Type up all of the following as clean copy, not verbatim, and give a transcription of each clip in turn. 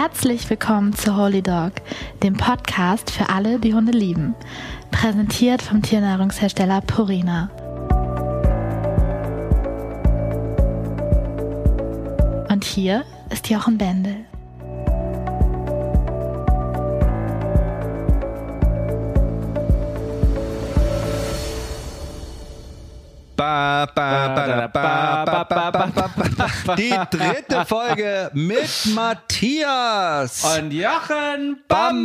Herzlich willkommen zu Holy Dog, dem Podcast für alle, die Hunde lieben. Präsentiert vom Tiernahrungshersteller Purina. Und hier ist Jochen Bendel. Die dritte Folge mit Matthias und Jochen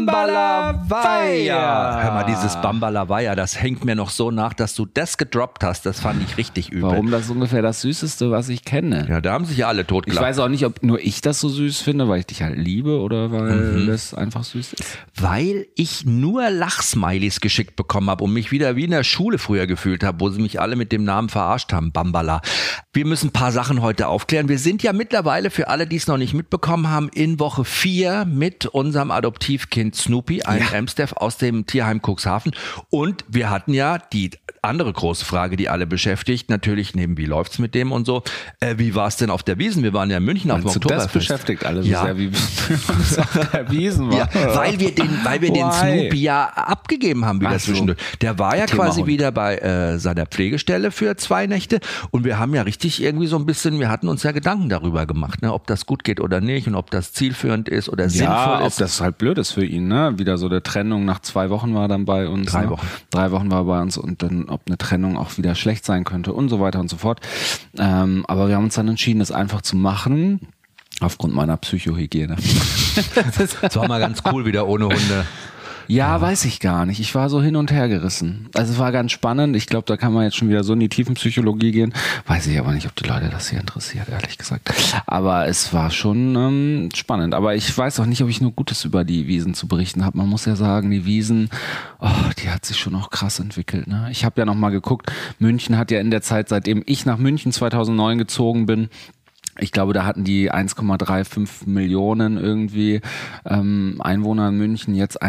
Bambalaweier. Hör mal, dieses Bambalaweier, das hängt mir noch so nach, dass du das gedroppt hast. Das fand ich richtig übel. Warum? Das ist ungefähr das Süßeste, was ich kenne. Ja, da haben sich ja alle totgelacht. Ich weiß auch nicht, ob nur ich das so süß finde, weil ich dich halt liebe oder weil das einfach süß ist. Weil ich nur Lachsmilies geschickt bekommen habe und mich wieder wie in der Schule früher gefühlt habe, wo sie mich alle mit dem Namen verarscht haben, Bambala. Wir müssen ein paar Sachen heute aufklären. Wir sind ja mittlerweile, für alle, die es noch nicht mitbekommen haben, in Woche 4 mit unserem Adoptivkind Snoopy, einem Amstaff aus dem Tierheim Cuxhaven. Und wir hatten ja die andere große Frage, die alle beschäftigt, natürlich neben wie läuft's mit dem und so. Wie war es denn auf der Wiesn? Wir waren ja in München auf dem Oktoberfest. Das beschäftigt alle so sehr, wie es auf der Wiesn war. Ja, weil wir den Snoopy ja abgegeben haben wieder zwischendurch. Der war ja quasi wieder bei seiner Pflegestelle für 2 Nächte und wir haben ja richtig irgendwie so ein bisschen, wir hatten uns ja Gedanken darüber gemacht, ne, ob das gut geht oder nicht und ob das zielführend ist oder sinnvoll ist. Ob das halt blöd ist für ihn, ne? Wieder so eine Trennung nach 2 Wochen war dann bei uns. 3 Wochen. 3 Wochen war bei uns und dann, ob eine Trennung auch wieder schlecht sein könnte und so weiter und so fort. Aber wir haben uns dann entschieden, das einfach zu machen, aufgrund meiner Psychohygiene. Das war mal ganz cool wieder ohne Hunde. Ja, weiß ich gar nicht. Ich war so hin und her gerissen. Also es war ganz spannend. Ich glaube, da kann man jetzt schon wieder so in die Tiefenpsychologie gehen. Weiß ich aber nicht, ob die Leute das hier interessiert, ehrlich gesagt. Aber es war schon spannend. Aber ich weiß auch nicht, ob ich nur Gutes über die Wiesn zu berichten habe. Man muss ja sagen, die Wiesn, die hat sich schon auch krass entwickelt. Ne? Ich habe ja noch mal geguckt, München hat ja in der Zeit, seitdem ich nach München 2009 gezogen bin, ich glaube, da hatten die 1,35 Millionen irgendwie Einwohner in München, jetzt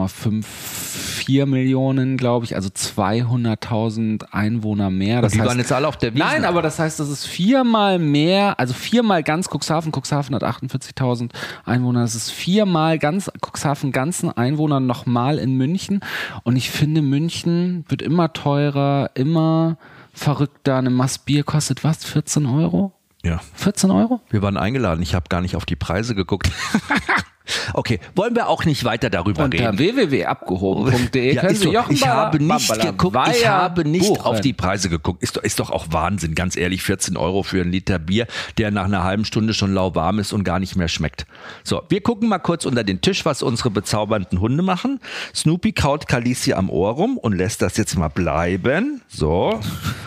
1,54 Millionen, glaube ich, also 200.000 Einwohner mehr. Das heißt, waren jetzt alle auf der Wiesn? Nein, aber das heißt, das ist 4-mal mehr, also 4-mal ganz Cuxhaven. Cuxhaven hat 48.000 Einwohner, das ist 4-mal ganz Cuxhaven, ganzen Einwohner nochmal in München. Und ich finde, München wird immer teurer, immer verrückter. Eine Maß Bier kostet was? 14 Euro? Ja. 14 Euro? Wir waren eingeladen. Ich habe gar nicht auf die Preise geguckt. Okay, wollen wir auch nicht weiter darüber reden. Unter www.abgehoben.de können Sie Jochen Ich habe nicht geguckt, ich habe nicht buchen. auf die Preise geguckt. Ist doch auch Wahnsinn, ganz ehrlich, 14 Euro für einen Liter Bier, der nach einer halben Stunde schon lauwarm ist und gar nicht mehr schmeckt. So, wir gucken mal kurz unter den Tisch, was unsere bezaubernden Hunde machen. Snoopy kaut Khaleesi am Ohr rum und lässt das jetzt mal bleiben. So.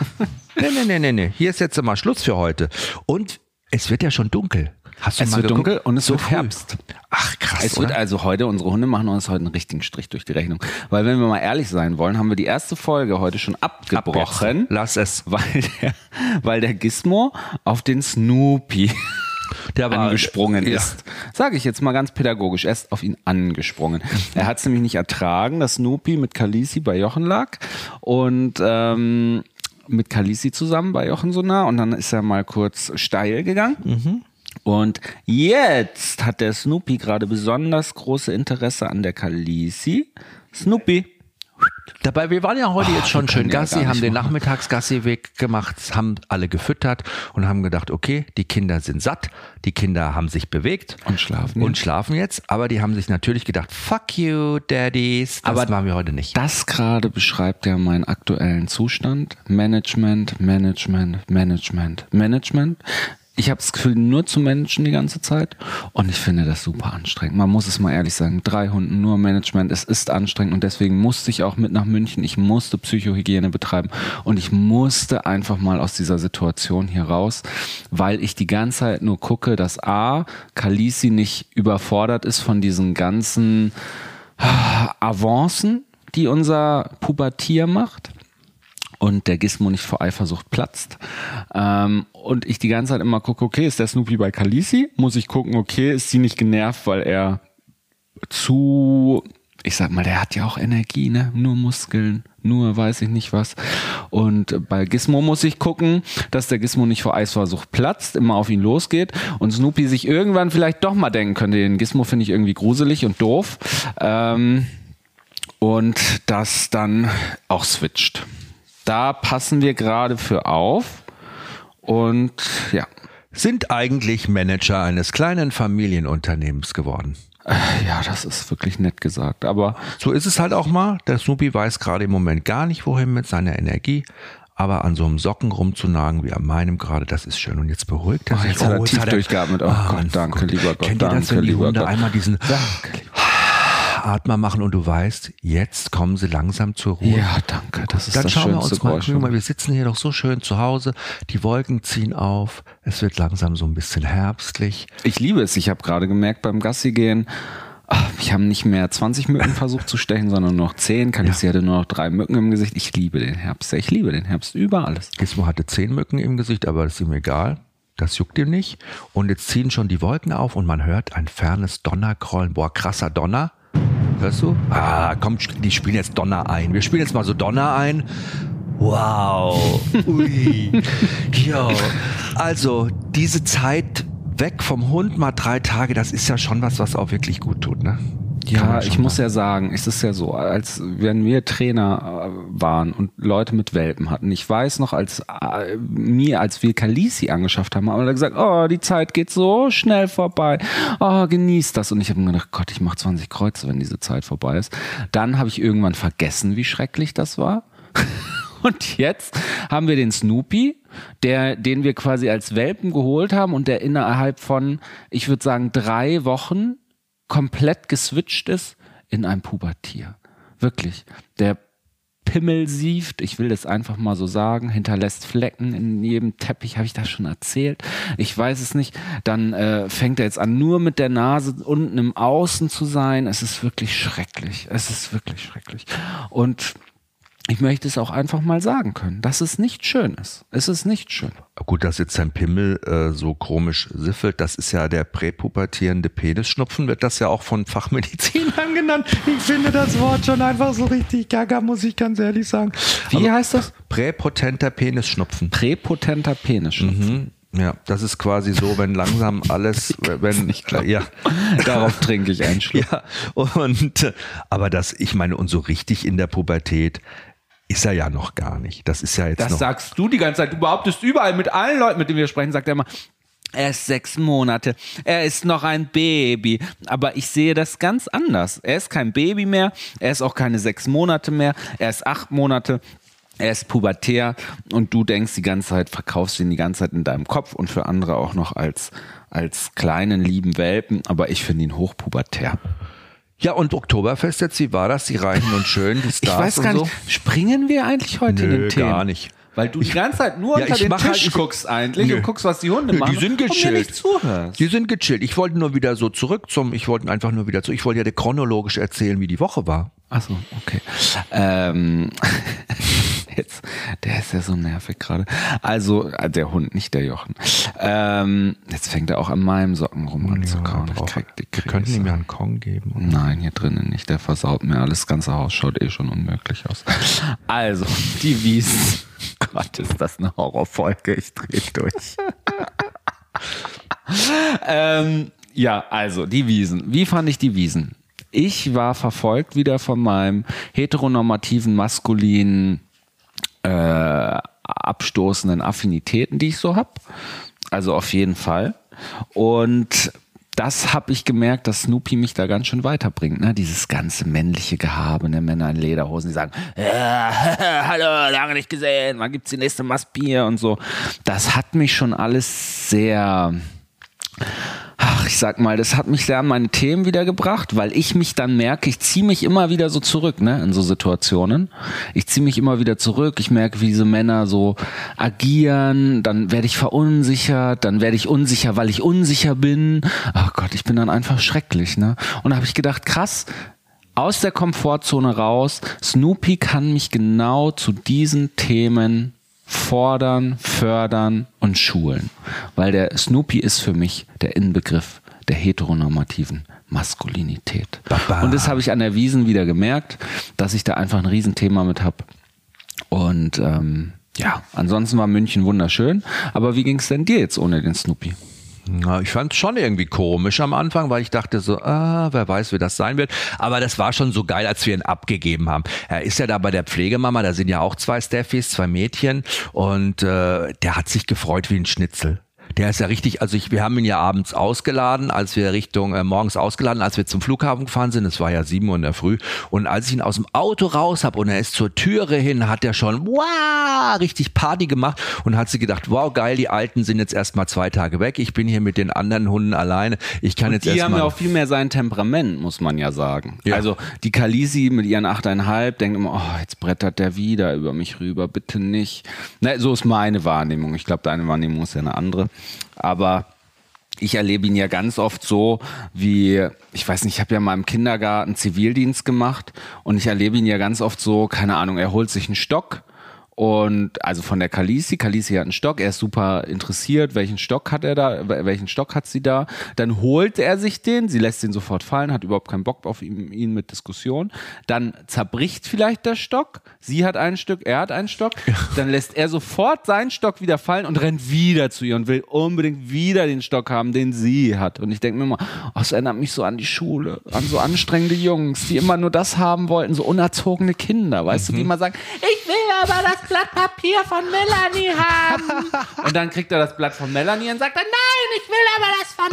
Nee. Hier ist jetzt mal Schluss für heute. Und es wird ja schon dunkel. Hast du es mal wird geguckt? dunkel und es So wird früh. Herbst. Ach krass, Es wird also heute, unsere Hunde machen uns heute einen richtigen Strich durch die Rechnung. Weil wenn wir mal ehrlich sein wollen, haben wir die erste Folge heute schon abgebrochen. Lass es. Weil der Gizmo auf den Snoopy angesprungen ist. Sage ich jetzt mal ganz pädagogisch. Er ist auf ihn angesprungen. Er hat es nämlich nicht ertragen, dass Snoopy mit Khaleesi bei Jochen lag und mit Khaleesi zusammen bei Jochen so nah und dann ist er mal kurz steil gegangen. Und jetzt hat der Snoopy gerade besonders große Interesse an der Khaleesi. Snoopy. Dabei, wir waren ja heute jetzt schon schön Gassi, haben den machen. Nachmittagsgassi-Weg gemacht, haben alle gefüttert und haben gedacht, okay, die Kinder sind satt, die Kinder haben sich bewegt Und schlafen jetzt, aber die haben sich natürlich gedacht, fuck you, Daddies, das Aber waren wir heute nicht. Das gerade beschreibt ja meinen aktuellen Zustand. Management. Ich habe das Gefühl, nur zu managen die ganze Zeit und ich finde das super anstrengend. Man muss es mal ehrlich sagen, 3 Hunden, nur Management, es ist anstrengend und deswegen musste ich auch mit nach München. Ich musste Psychohygiene betreiben und ich musste einfach mal aus dieser Situation hier raus, weil ich die ganze Zeit nur gucke, dass Khaleesi nicht überfordert ist von diesen ganzen Avancen, die unser Pubertier macht. Und der Gizmo nicht vor Eifersucht platzt. Und ich die ganze Zeit immer gucke, okay, ist der Snoopy bei Khaleesi? Muss ich gucken, okay, ist sie nicht genervt, weil er zu ich sag mal, der hat ja auch Energie, ne? Nur Muskeln, nur weiß ich nicht was. Und bei Gizmo muss ich gucken, dass der Gizmo nicht vor Eisversuch platzt, immer auf ihn losgeht und Snoopy sich irgendwann vielleicht doch mal denken könnte, den Gizmo finde ich irgendwie gruselig und doof. Und das dann auch switcht. Da passen wir gerade für auf und ja. Sind eigentlich Manager eines kleinen Familienunternehmens geworden. Ja, das ist wirklich nett gesagt, aber so ist es halt auch mal. Der Snoopy weiß gerade im Moment gar nicht, wohin mit seiner Energie. Aber an so einem Socken rumzunagen wie an meinem gerade, das ist schön. Und jetzt beruhigt er sich. Jetzt hat er tief durchgeatmet. Oh Gott, danke, lieber Gott. Kennt ihr das, wenn die Hunde einmal diesen Danke, lieber Atmer machen und du weißt, jetzt kommen sie langsam zur Ruhe. Ja, danke, das ist dann das schauen wir schönste uns mal, Geräusch. guck mal, wir sitzen hier doch so schön zu Hause, die Wolken ziehen auf, es wird langsam so ein bisschen herbstlich. Ich liebe es, ich habe gerade gemerkt beim Gassi gehen, ich habe nicht mehr 20 Mücken versucht zu stechen, sondern nur noch 10. Kalisi hatte nur noch 3 Mücken im Gesicht. Ich liebe den Herbst, ich liebe den Herbst über alles. Gizmo hatte 10 Mücken im Gesicht, aber das ist ihm egal. Das juckt ihm nicht. Und jetzt ziehen schon die Wolken auf und man hört ein fernes Donnergrollen. Boah, krasser Donner. Hörst du? Komm, die spielen jetzt Donner ein. Wir spielen jetzt mal so Donner ein. Wow. Ui. Jo. Also, diese Zeit weg vom Hund mal 3 Tage, das ist ja schon was auch wirklich gut tut, ne? Ja, ich muss ja sagen, es ist ja so, als wenn wir Trainer waren und Leute mit Welpen hatten. Ich weiß noch, als wir Kalisi angeschafft haben, haben wir gesagt, oh, die Zeit geht so schnell vorbei. Oh, genieß das. Und ich habe mir gedacht, Gott, ich mache 20 Kreuze, wenn diese Zeit vorbei ist. Dann habe ich irgendwann vergessen, wie schrecklich das war. Und jetzt haben wir den Snoopy, den wir quasi als Welpen geholt haben und der innerhalb von, ich würde sagen, 3 Wochen komplett geswitcht ist in ein Pubertier. Wirklich. Der Pimmel sieft, ich will das einfach mal so sagen, hinterlässt Flecken in jedem Teppich, habe ich das schon erzählt? Ich weiß es nicht. Dann fängt er jetzt an, nur mit der Nase unten im Außen zu sein. Es ist wirklich schrecklich. Es ist wirklich schrecklich. Und ich möchte es auch einfach mal sagen können, dass es nicht schön ist. Es ist nicht schön. Gut, dass jetzt sein Pimmel so komisch siffelt, das ist ja der präpubertierende Penisschnupfen, wird das ja auch von Fachmedizinern genannt. Ich finde das Wort schon einfach so richtig gaga, muss ich ganz ehrlich sagen. Wie heißt das? Präpotenter Penisschnupfen. Präpotenter Penisschnupfen. Ja, das ist quasi so, wenn langsam alles, wenn ich glaube, ja, darauf trinke ich einen Schluck. Ja, und aber das, ich meine, und so richtig in der Pubertät ist er ja noch gar nicht. Das ist ja jetzt das noch. Das sagst du die ganze Zeit. Du behauptest überall mit allen Leuten, mit denen wir sprechen, sagt er immer, er ist 6 Monate, er ist noch ein Baby. Aber ich sehe das ganz anders. Er ist kein Baby mehr, er ist auch keine 6 Monate mehr, er ist 8 Monate. Er ist pubertär und du denkst die ganze Zeit, verkaufst ihn die ganze Zeit in deinem Kopf und für andere auch noch als kleinen, lieben Welpen. Aber ich finde ihn hochpubertär. Ja, und Oktoberfest jetzt, wie war das? Die Reichen und Schön, die Stars ich weiß gar und so? nicht, springen wir eigentlich heute in den Themen? Gar nicht. Weil du die ganze Zeit nur unter den Tisch guckst eigentlich und guckst, was die Hunde machen. Die sind gechillt. Und mir nicht zuhörst. Die sind gechillt. Ich wollte nur wieder so ich wollte ja dir chronologisch erzählen, wie die Woche war. Ach so, okay. Jetzt, der ist ja so nervig gerade. Also, der Hund, nicht der Jochen. Jetzt fängt er auch an meinem Socken rum anzukauen. Wir könnten ihm ja einen Kong geben. Oder? Nein, hier drinnen nicht. Der versaut mir alles. Das ganze Haus schaut eh schon unmöglich aus. Also, die Wiesen. Gott, ist das eine Horrorfolge. Ich drehe durch. Ja, also, die Wiesen. Wie fand ich die Wiesen? Ich war verfolgt wieder von meinem heteronormativen, maskulinen, abstoßenden Affinitäten, die ich so habe. Also auf jeden Fall. Und das habe ich gemerkt, dass Snoopy mich da ganz schön weiterbringt. Ne? Dieses ganze männliche Gehabe, ne? Männer in Lederhosen, die sagen, hallo, lange nicht gesehen, wann gibt's die nächste Mastbier und so. Das hat mich schon alles sehr... ich sag mal, das hat mich sehr an meine Themen wiedergebracht, weil ich mich dann merke, ich ziehe mich immer wieder so zurück, ne, in so Situationen. Ich ziehe mich immer wieder zurück, ich merke, wie diese Männer so agieren, dann werde ich verunsichert, dann werde ich unsicher, weil ich unsicher bin. Ach Gott, ich bin dann einfach schrecklich, ne. Und da habe ich gedacht, krass, aus der Komfortzone raus, Snoopy kann mich genau zu diesen Themen fordern, fördern und schulen. Weil der Snoopy ist für mich der Inbegriff der heteronormativen Maskulinität. Baba. Und das habe ich an der Wiesn wieder gemerkt, dass ich da einfach ein Riesenthema mit habe. Und ansonsten war München wunderschön. Aber wie ging es denn dir jetzt ohne den Snoopy? Ja, ich fand es schon irgendwie komisch am Anfang, weil ich dachte so, wer weiß, wie das sein wird. Aber das war schon so geil, als wir ihn abgegeben haben. Er ist ja da bei der Pflegemama, da sind ja auch 2 Steffis, 2 Mädchen und der hat sich gefreut wie ein Schnitzel. Der ist ja richtig, wir haben ihn ja abends ausgeladen, morgens ausgeladen, als wir zum Flughafen gefahren sind. Es war ja 7 Uhr in der Früh. Und als ich ihn aus dem Auto raus habe und er ist zur Türe hin, hat er schon, richtig Party gemacht und hat sich gedacht, wow, geil, die Alten sind jetzt erstmal 2 Tage weg. Ich bin hier mit den anderen Hunden alleine. Ich kann jetzt die haben ja auch viel mehr sein Temperament, muss man ja sagen. Ja. Also die Khaleesi mit ihren 8,5 denkt immer, oh, jetzt brettert der wieder über mich rüber, bitte nicht. So ist meine Wahrnehmung. Ich glaube, deine Wahrnehmung ist ja eine andere. Aber ich erlebe ihn ja ganz oft so wie, ich weiß nicht, ich habe ja mal im Kindergarten Zivildienst gemacht und ich erlebe ihn ja ganz oft so, keine Ahnung, er holt sich einen Stock und also von der Khaleesi hat einen Stock, er ist super interessiert, welchen Stock hat sie da, dann holt er sich den, sie lässt ihn sofort fallen, hat überhaupt keinen Bock auf ihn mit Diskussion, dann zerbricht vielleicht der Stock, sie hat ein Stück, er hat einen Stock, dann lässt er sofort seinen Stock wieder fallen und rennt wieder zu ihr und will unbedingt wieder den Stock haben, den sie hat. Und ich denke mir immer, es erinnert mich so an die Schule, an so anstrengende Jungs, die immer nur das haben wollten, so unerzogene Kinder, weißt du, die immer sagen, ich will aber das Blatt Papier von Melanie haben. Und dann kriegt er das Blatt von Melanie und sagt dann, nein, ich will aber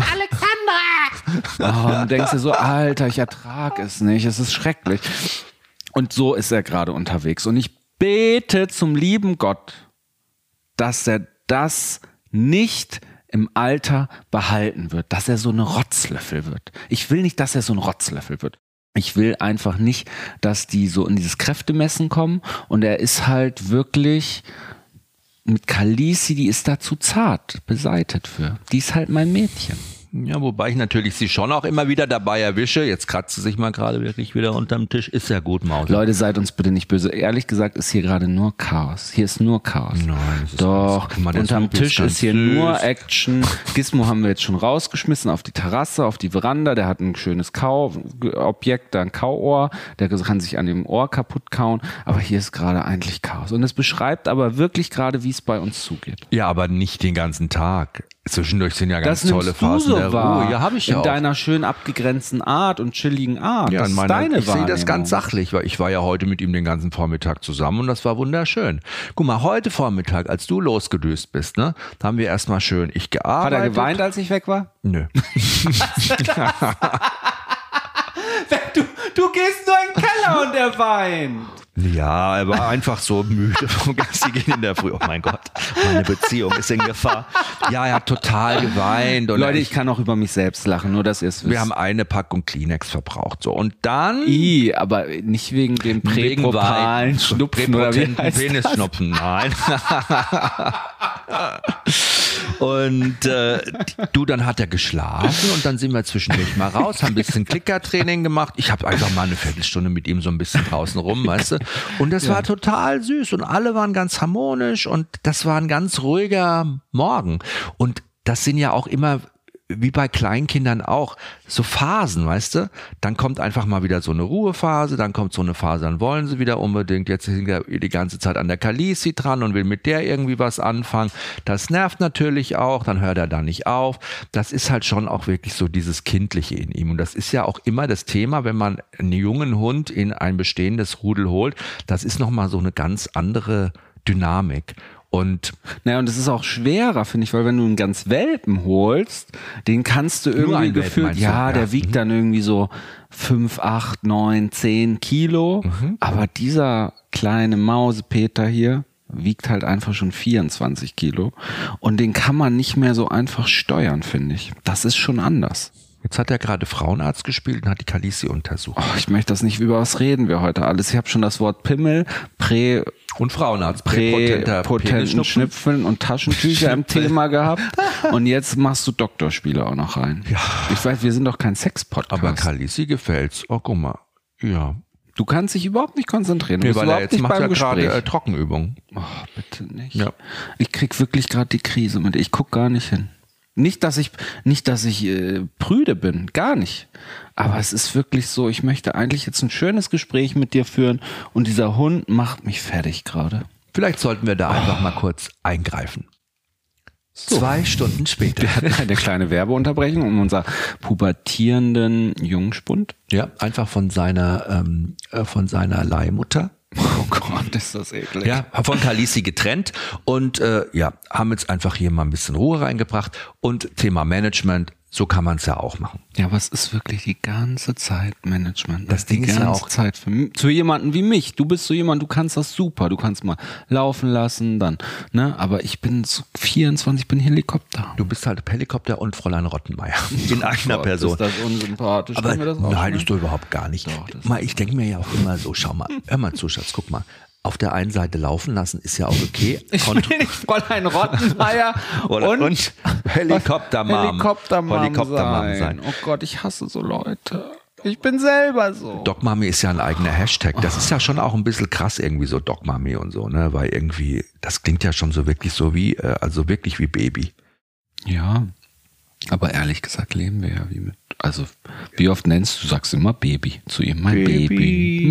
das von Alexandra. Und denkst du so, Alter, ich ertrage es nicht, es ist schrecklich. Und so ist er gerade unterwegs. Und ich bete zum lieben Gott, dass er das nicht im Alter behalten wird, dass er so eine Rotzlöffel wird. Ich will nicht, dass er so ein Rotzlöffel wird. Ich will einfach nicht, dass die so in dieses Kräftemessen kommen und er ist halt wirklich mit Khaleesi, die ist da zu zart beseitet für. Die ist halt mein Mädchen. Ja, wobei ich natürlich sie schon auch immer wieder dabei erwische. Jetzt kratzt sie sich mal gerade wirklich wieder unterm Tisch. Ist ja gut, Maus. Leute, seid uns bitte nicht böse. Ehrlich gesagt ist hier gerade nur Chaos. Hier ist nur Chaos. Nein, das ist doch. Guck mal, unterm Tisch ist hier süß. nur Action. Gizmo haben wir jetzt schon rausgeschmissen auf die Terrasse, auf die Veranda. Der hat ein schönes Kauobjekt, da ein Kauohr. Der kann sich an dem Ohr kaputt kauen. Aber hier ist gerade eigentlich Chaos. Und es beschreibt aber wirklich gerade, wie es bei uns zugeht. Ja, aber nicht den ganzen Tag. Zwischendurch sind ja ganz tolle Phasen der Ruhe. Ja, habe ich ja in auch. deiner schön abgegrenzten Art und chilligen Art. Ja, das ist deine ich sehe das ganz sachlich, weil ich war ja heute mit ihm den ganzen Vormittag zusammen und das war wunderschön. Guck mal, heute Vormittag, als du losgedüst bist, ne, da haben wir erstmal schön gearbeitet. Hat er geweint, als ich weg war? Nö. Du gehst nur in den Keller und er weint. Ja, er war einfach so müde vom Gassi gehen in der Früh. Oh mein Gott, meine Beziehung ist in Gefahr. Ja, er hat total geweint. Und Leute, ich kann auch über mich selbst lachen, nur dass ihr es wisst. Wir haben eine Packung Kleenex verbraucht. So. Und dann... aber nicht wegen dem präpropalen Schnupfen oder wie heißt Penisschnupfen, nein. Und dann hat er geschlafen und dann sind wir zwischendurch mal raus, haben ein bisschen Klickertraining gemacht. Ich habe einfach mal eine Viertelstunde mit ihm so ein bisschen draußen rum, weißt du. Und das war total süß und alle waren ganz harmonisch und das war ein ganz ruhiger Morgen. Und das sind ja auch immer, wie bei Kleinkindern auch, so Phasen, weißt du? Dann kommt einfach mal wieder so eine Ruhephase, dann kommt so eine Phase, dann wollen sie wieder unbedingt, jetzt sind wir die ganze Zeit an der Khaleesi dran und will mit der irgendwie was anfangen. Das nervt natürlich auch, dann hört er da nicht auf. Das ist halt schon auch wirklich so dieses Kindliche in ihm. Und das ist ja auch immer das Thema, wenn man einen jungen Hund in ein bestehendes Rudel holt, das ist nochmal so eine ganz andere Dynamik. Und es ist auch schwerer, finde ich, weil wenn du einen ganz Welpen holst, den kannst du irgendwie gefühlt, der wiegt dann irgendwie so 5, 8, 9, 10 Kilo, aber dieser kleine Mausepeter hier wiegt halt einfach schon 24 Kilo und den kann man nicht mehr so einfach steuern, finde ich. Das ist schon anders. Jetzt hat er gerade Frauenarzt gespielt und hat die Khaleesi untersucht. Oh, ich möchte das nicht, über was reden wir heute alles. Ich habe schon das Wort Pimmel, und Frauenarzt, präpotenten Schnipfeln und Taschentücher im Thema gehabt. Und jetzt machst du Doktorspiele auch noch rein. Ja. Ich weiß, wir sind doch kein Sex-Podcast. Aber Khaleesi gefällt's. Oh, guck mal. Ja. Du kannst dich überhaupt nicht konzentrieren. Du bist weil überhaupt er jetzt nicht macht beim Gespräch. Gerade Trockenübungen. Oh, bitte nicht. Ja. Ich krieg wirklich gerade die Krise mit. Ich guck gar nicht hin. Nicht, dass ich prüde bin, gar nicht. Aber es ist wirklich so, ich möchte eigentlich jetzt ein schönes Gespräch mit dir führen und dieser Hund macht mich fertig gerade. Vielleicht sollten wir da einfach mal kurz eingreifen. So. 2 Stunden später. Wir hatten eine kleine Werbeunterbrechung um unser pubertierenden Jungspund. Ja, einfach von seiner Leihmutter. Oh Gott, ist das eklig. Ja, von Khaleesi getrennt und haben jetzt einfach hier mal ein bisschen Ruhe reingebracht und Thema Management, so kann man es ja auch machen. Ja, aber es ist wirklich die ganze Zeit Management. Das Ding ist ja auch Zeit zu jemandem wie mich. Du bist so jemand, du kannst das super. Du kannst mal laufen lassen, dann, ne? Aber ich bin so 24, bin Helikopter. Du bist halt Helikopter und Fräulein Rottenmeier in einer Person. Ist das unsympathisch? Aber das nein, ist doch überhaupt gar nicht. Doch, ich denke mir ja auch immer so, schau mal, hör mal zu, Schatz, guck mal. Auf der einen Seite laufen lassen ist ja auch okay. Ich will nicht Fräulein Rottenmeier und Helikoptermam sein. Oh Gott, ich hasse so Leute. Ich bin selber so. Dogmami ist ja ein eigener Hashtag. Das ist ja schon auch ein bisschen krass irgendwie so Dogmami und so, ne? Weil irgendwie, das klingt ja schon so wirklich so wie, also wirklich wie Baby. Ja, aber ehrlich gesagt leben wir ja wie oft nennst du, sagst immer Baby zu ihm, mein Baby.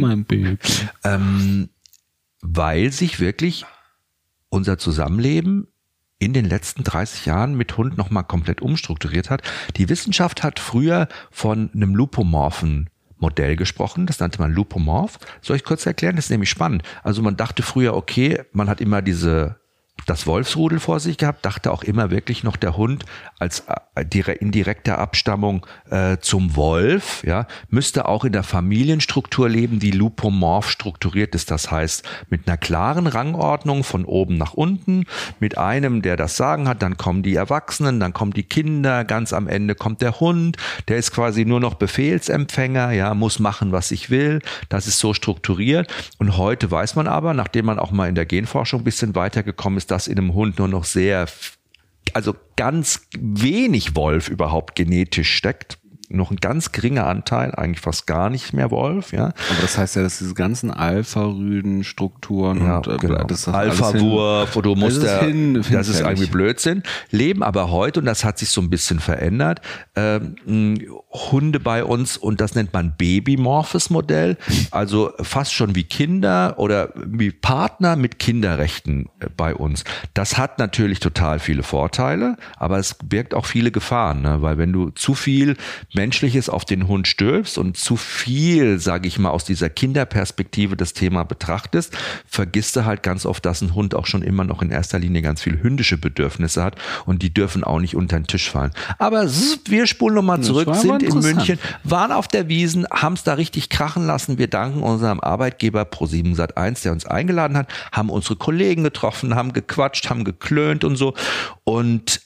Weil sich wirklich unser Zusammenleben in den letzten 30 Jahren mit Hund nochmal komplett umstrukturiert hat. Die Wissenschaft hat früher von einem lupomorphen Modell gesprochen, das nannte man Lupomorph. Soll ich kurz erklären? Das ist nämlich spannend. Also man dachte früher, okay, man hat immer das Wolfsrudel vor sich gehabt, dachte auch immer wirklich noch der Hund als in direkter Abstammung zum Wolf, ja, müsste auch in der Familienstruktur leben, die lupomorph strukturiert ist. Das heißt, mit einer klaren Rangordnung von oben nach unten, mit einem, der das Sagen hat, dann kommen die Erwachsenen, dann kommen die Kinder, ganz am Ende kommt der Hund, der ist quasi nur noch Befehlsempfänger, ja, muss machen, was ich will. Das ist so strukturiert. Und heute weiß man aber, nachdem man auch mal in der Genforschung ein bisschen weitergekommen ist, dass in einem Hund nur noch ganz wenig Wolf überhaupt genetisch steckt. Noch ein ganz geringer Anteil, eigentlich fast gar nicht mehr Wolf, ja. Aber das heißt ja, dass diese ganzen Alpha-Rüden-Strukturen und genau. das Alpha-Wurf, du musst das ist irgendwie Blödsinn. Leben aber heute, und das hat sich so ein bisschen verändert, Hunde bei uns, und das nennt man babymorphes Modell, also fast schon wie Kinder oder wie Partner mit Kinderrechten bei uns. Das hat natürlich total viele Vorteile, aber es birgt auch viele Gefahren, ne? Weil wenn du zu viel Menschliches auf den Hund stülpst und zu viel, sage ich mal, aus dieser Kinderperspektive das Thema betrachtest, vergisst du halt ganz oft, dass ein Hund auch schon immer noch in erster Linie ganz viel hündische Bedürfnisse hat und die dürfen auch nicht unter den Tisch fallen. Aber wir spulen nochmal zurück, sind in München, waren auf der Wiesn, haben es da richtig krachen lassen. Wir danken unserem Arbeitgeber Pro7 Sat.1, der uns eingeladen hat, haben unsere Kollegen getroffen, haben gequatscht, haben geklönt und so und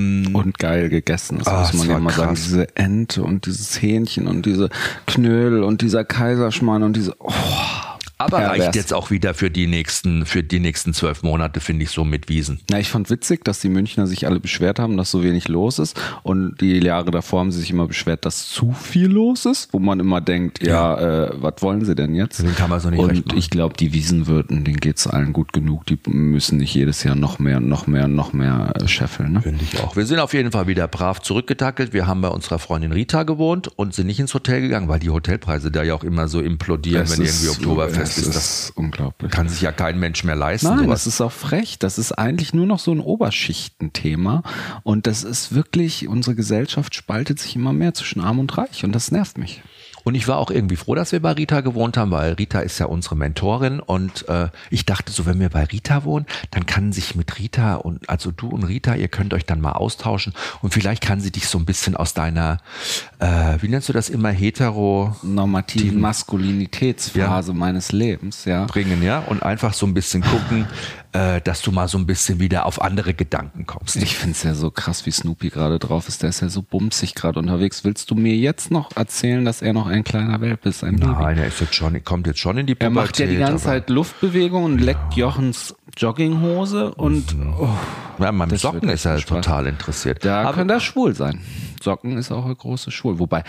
geil gegessen, das muss man ja mal sagen, diese Ente und dieses Hähnchen und diese Knödel und dieser Kaiserschmarrn und diese aber reicht jetzt auch wieder für die nächsten 12 Monate, finde ich, so mit Wiesn. Na, ich fand witzig, dass die Münchner sich alle beschwert haben, dass so wenig los ist. Und die Jahre davor haben sie sich immer beschwert, dass zu viel los ist, wo man immer denkt, was wollen sie denn jetzt? Den kann man so nicht recht machen. Und ich glaube, die Wiesenwirten, denen geht's allen gut genug. Die müssen nicht jedes Jahr noch mehr scheffeln. Ne? Finde ich auch. Wir sind auf jeden Fall wieder brav zurückgetackelt. Wir haben bei unserer Freundin Rita gewohnt und sind nicht ins Hotel gegangen, weil die Hotelpreise da ja auch immer so implodieren, wenn irgendwie Oktoberfest ist. Das unglaublich. Kann sich ja kein Mensch mehr leisten. Nein, sowas. das ist auch frech. Das ist eigentlich nur noch so ein Oberschichtenthema. Und das ist wirklich, unsere Gesellschaft spaltet sich immer mehr zwischen Arm und Reich. Und das nervt mich. Und ich war auch irgendwie froh, dass wir bei Rita gewohnt haben, weil Rita ist ja unsere Mentorin und ich dachte so, wenn wir bei Rita wohnen, dann kann sich mit Rita und also du und Rita, ihr könnt euch dann mal austauschen und vielleicht kann sie dich so ein bisschen aus deiner, wie nennst du das immer, normativen Maskulinitätsphase meines Lebens, bringen, ja, und einfach so ein bisschen gucken, dass du mal so ein bisschen wieder auf andere Gedanken kommst. Ich finde es ja so krass, wie Snoopy gerade drauf ist. Der ist ja so bumsig gerade unterwegs. Willst du mir jetzt noch erzählen, dass er noch ein kleiner Welpe ist? Nein, er ist kommt jetzt schon in die Pubertät. Er macht ja die ganze Zeit Luftbewegungen und leckt Jochens Jogginghose und beim Socken ist er total interessiert. Da kann er schwul sein. Socken ist auch eine große Schwul. Wobei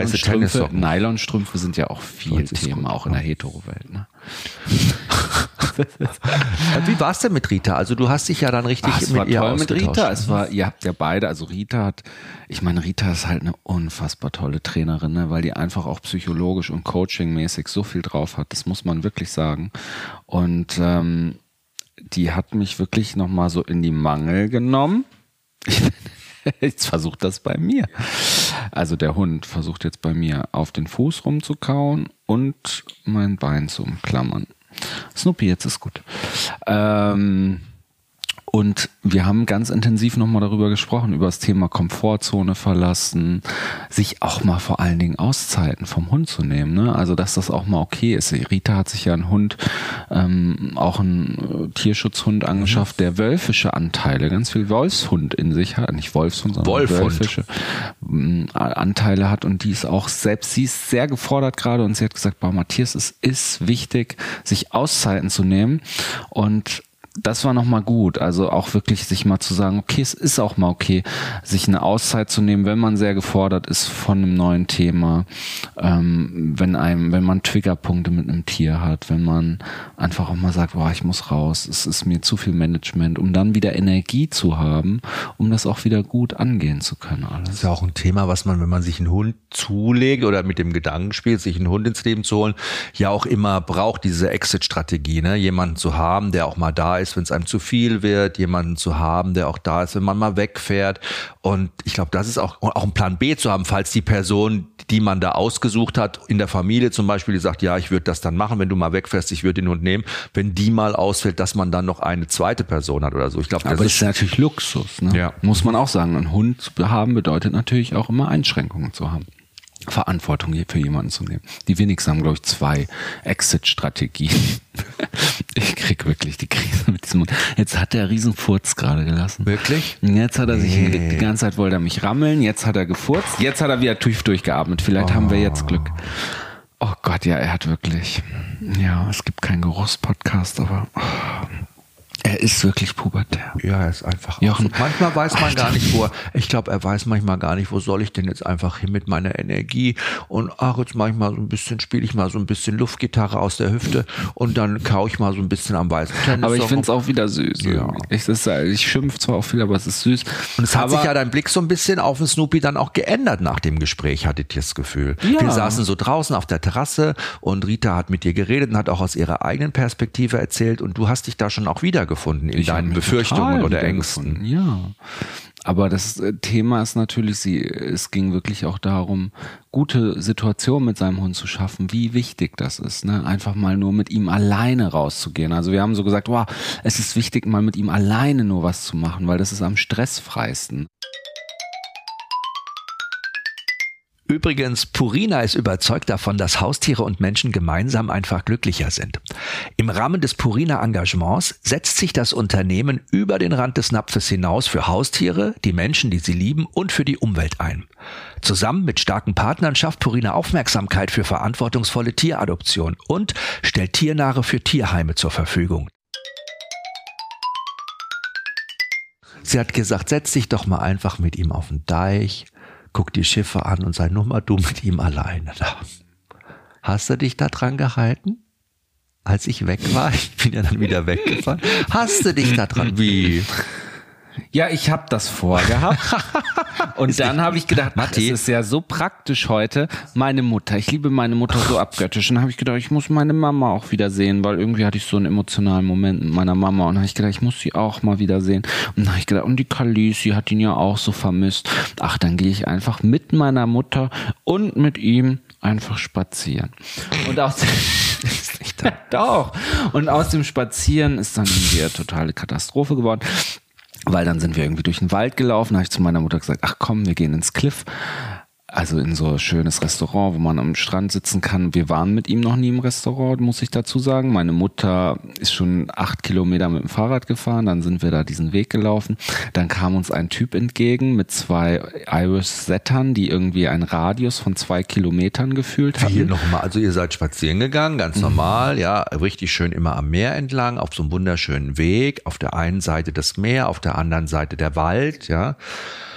Nylonstrümpfe sind ja auch viel Thema, auch in der Hetero-Welt. Ne? Wie war es denn mit Rita? Also du hast dich ja dann richtig mit ihr ausgetauscht. Mit Rita. Ihr habt ja beide, also Rita ist halt eine unfassbar tolle Trainerin, ne, weil die einfach auch psychologisch und coachingmäßig so viel drauf hat. Das muss man wirklich sagen. Und die hat mich wirklich nochmal so in die Mangel genommen. Jetzt versucht das bei mir. Also der Hund versucht jetzt bei mir auf den Fuß rumzukauen und mein Bein zu umklammern. Snoopy, jetzt ist gut. Und wir haben ganz intensiv nochmal darüber gesprochen, über das Thema Komfortzone verlassen, sich auch mal vor allen Dingen Auszeiten vom Hund zu nehmen. Ne? Also dass das auch mal okay ist. Rita hat sich ja einen Hund, auch einen Tierschutzhund angeschafft, der wölfische Anteile, ganz viel Wolfshund in sich hat. Nicht Wolfshund, sondern wölfische Anteile hat. Und die ist auch selbst, sie ist sehr gefordert gerade und sie hat gesagt, Matthias, es ist wichtig, sich Auszeiten zu nehmen. Und das war nochmal gut, also auch wirklich sich mal zu sagen, okay, es ist auch mal okay, sich eine Auszeit zu nehmen, wenn man sehr gefordert ist von einem neuen Thema, wenn man Triggerpunkte mit einem Tier hat, wenn man einfach auch mal sagt, ich muss raus, es ist mir zu viel Management, um dann wieder Energie zu haben, um das auch wieder gut angehen zu können. Alles. Das ist ja auch ein Thema, was man, wenn man sich einen Hund zulegt oder mit dem Gedanken spielt, sich einen Hund ins Leben zu holen, ja auch immer braucht, diese Exit-Strategie, ne? Jemanden zu haben, der auch mal da ist, wenn es einem zu viel wird, jemanden zu haben, der auch da ist, wenn man mal wegfährt. Und ich glaube, das ist auch einen Plan B zu haben, falls die Person, die man da ausgesucht hat, in der Familie zum Beispiel, die sagt, ja, ich würde das dann machen, wenn du mal wegfährst, ich würde den Hund nehmen. Wenn die mal ausfällt, dass man dann noch eine zweite Person hat oder so. Ich glaube, das ist natürlich Luxus. Ne? Ja. Muss man auch sagen. Ein Hund zu haben bedeutet natürlich auch immer Einschränkungen zu haben. Verantwortung für jemanden zu nehmen. Die wenigsten haben, glaube ich, 2 Exit-Strategien. Ich krieg wirklich die Krise mit diesem Hund. Jetzt hat der Riesenfurz gerade gelassen. Wirklich? Jetzt hat er sich die ganze Zeit wollte er mich rammeln, jetzt hat er gefurzt, jetzt hat er wieder tief durchgeatmet. Vielleicht haben wir jetzt Glück. Oh Gott, ja, er hat wirklich, ja, es gibt keinen Geruchspodcast, aber er ist wirklich pubertär. Ja, er ist einfach. Jochen, so. Manchmal weiß man gar nicht, ich glaube, er weiß manchmal gar nicht, wo soll ich denn jetzt einfach hin mit meiner Energie und jetzt manchmal spiele ich mal so ein bisschen Luftgitarre aus der Hüfte und dann kaue ich mal so ein bisschen am weißen Tennis. Aber ich finde es auch wieder süß. Ja. Ich schimpfe zwar auch viel, aber es ist süß. Und es hat sich ja dein Blick so ein bisschen auf den Snoopy dann auch geändert nach dem Gespräch, hatte ich das Gefühl. Ja. Wir saßen so draußen auf der Terrasse und Rita hat mit dir geredet und hat auch aus ihrer eigenen Perspektive erzählt und du hast dich da schon auch wiedergefunden in deinen Befürchtungen oder Ängsten. Ja, aber das Thema ist natürlich, es ging wirklich auch darum, gute Situationen mit seinem Hund zu schaffen, wie wichtig das ist, ne? Einfach mal nur mit ihm alleine rauszugehen. Also wir haben so gesagt, es ist wichtig, mal mit ihm alleine nur was zu machen, weil das ist am stressfreisten. Übrigens, Purina ist überzeugt davon, dass Haustiere und Menschen gemeinsam einfach glücklicher sind. Im Rahmen des Purina-Engagements setzt sich das Unternehmen über den Rand des Napfes hinaus für Haustiere, die Menschen, die sie lieben, und für die Umwelt ein. Zusammen mit starken Partnern schafft Purina Aufmerksamkeit für verantwortungsvolle Tieradoption und stellt Tiernahrung für Tierheime zur Verfügung. Sie hat gesagt, setz dich doch mal einfach mit ihm auf den Deich, guck die Schiffe an und sei nur mal du mit ihm alleine da. Hast du dich da dran gehalten? Als ich weg war, ich bin ja dann wieder weggefahren. Hast du dich da dran? Wie? Ja, ich habe das vorgehabt. Und dann habe ich gedacht, Matti, es ist ja so praktisch heute. Meine Mutter, ich liebe meine Mutter so abgöttisch. Und dann habe ich gedacht, ich muss meine Mama auch wieder sehen, weil irgendwie hatte ich so einen emotionalen Moment mit meiner Mama. Und dann habe ich gedacht, ich muss sie auch mal wieder sehen. Und dann habe ich gedacht, und die Khaleesi hat ihn ja auch so vermisst. Ach, dann gehe ich einfach mit meiner Mutter und mit ihm einfach spazieren. Und aus Doch. Und aus dem Spazieren ist dann irgendwie eine totale Katastrophe geworden. Weil dann sind wir irgendwie durch den Wald gelaufen, da habe ich zu meiner Mutter gesagt, ach komm, wir gehen ins Cliff, also in so ein schönes Restaurant, wo man am Strand sitzen kann. Wir waren mit ihm noch nie im Restaurant, muss ich dazu sagen. Meine Mutter ist schon 8 Kilometer mit dem Fahrrad gefahren, dann sind wir da diesen Weg gelaufen. Dann kam uns ein Typ entgegen mit 2 Irish Settern, die irgendwie einen Radius von 2 Kilometern gefühlt hatten. Hier nochmal, also ihr seid spazieren gegangen, ganz normal, ja, richtig schön immer am Meer entlang, auf so einem wunderschönen Weg. Auf der einen Seite das Meer, auf der anderen Seite der Wald, ja.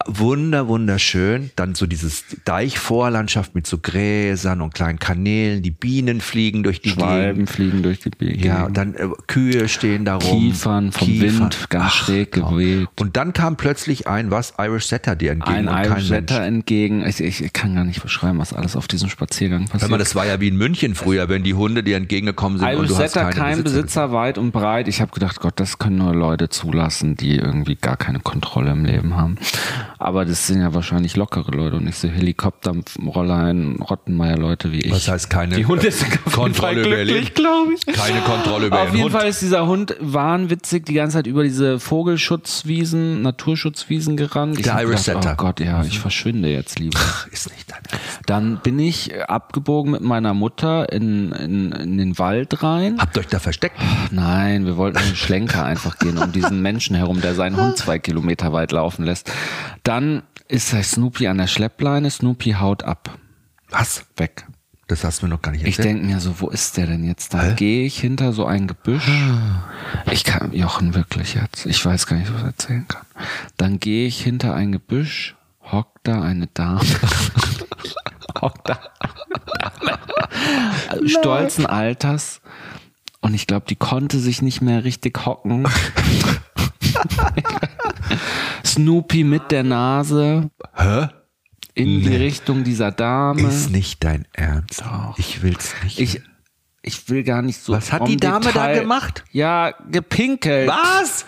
wunderschön. Dann so dieses Deichvorlandschaft mit so Gräsern und kleinen Kanälen. Die Bienen fliegen durch die Schwalben Gegend. fliegen durch die Gegend. Ja, und dann Kühe stehen da rum. Kiefern vom Wind ganz schräg geweht. Und dann kam plötzlich ein Irish Setter dir entgegen. Ein Irish Setter entgegen. Ich kann gar nicht beschreiben, was alles auf diesem Spaziergang passiert. Hör mal, das war ja wie in München früher, wenn die Hunde dir entgegengekommen sind. Irish und du Setter, hast keine kein Besitzer weit und breit. Ich habe gedacht, Gott, das können nur Leute zulassen, die irgendwie gar keine Kontrolle im Leben haben. Aber das sind ja wahrscheinlich lockere Leute und nicht so Helikopter-Rollein, Rottenmeier-Leute wie ich. Was heißt keine Die Hunde sind Kontrolle über glücklich, glaube ich. Keine Kontrolle über Auf jeden Fall ist dieser Hund wahnwitzig die ganze Zeit über diese Vogelschutzwiesen, Naturschutzwiesen gerannt. Der Irish Setter. Oh Gott, ja, ich verschwinde jetzt lieber. Ist nicht dein Ernst. Dann bin ich abgebogen mit meiner Mutter in den Wald rein. Habt ihr euch da versteckt? Nein, wir wollten einen Schlenker einfach gehen um diesen Menschen herum, der seinen Hund 2 Kilometer weit laufen lässt. Dann ist der Snoopy an der Schleppleine. Snoopy haut ab. Was? Weg. Das hast du mir noch gar nicht erzählt. Ich denke mir so, wo ist der denn jetzt? Dann gehe ich hinter so ein Gebüsch. Ich kann Jochen wirklich jetzt. Ich weiß gar nicht, was ich erzählen kann. Dann gehe ich hinter ein Gebüsch, hockt da eine Dame. Hockt da eine Dame. Stolzen Alters. Und ich glaube, die konnte sich nicht mehr richtig hocken. Snoopy mit der Nase. Hä? In die Richtung dieser Dame. Ist nicht dein Ernst. Doch. Ich will's nicht. Ich will gar nicht so. Was hat die Dame da gemacht? Ja, gepinkelt. Was?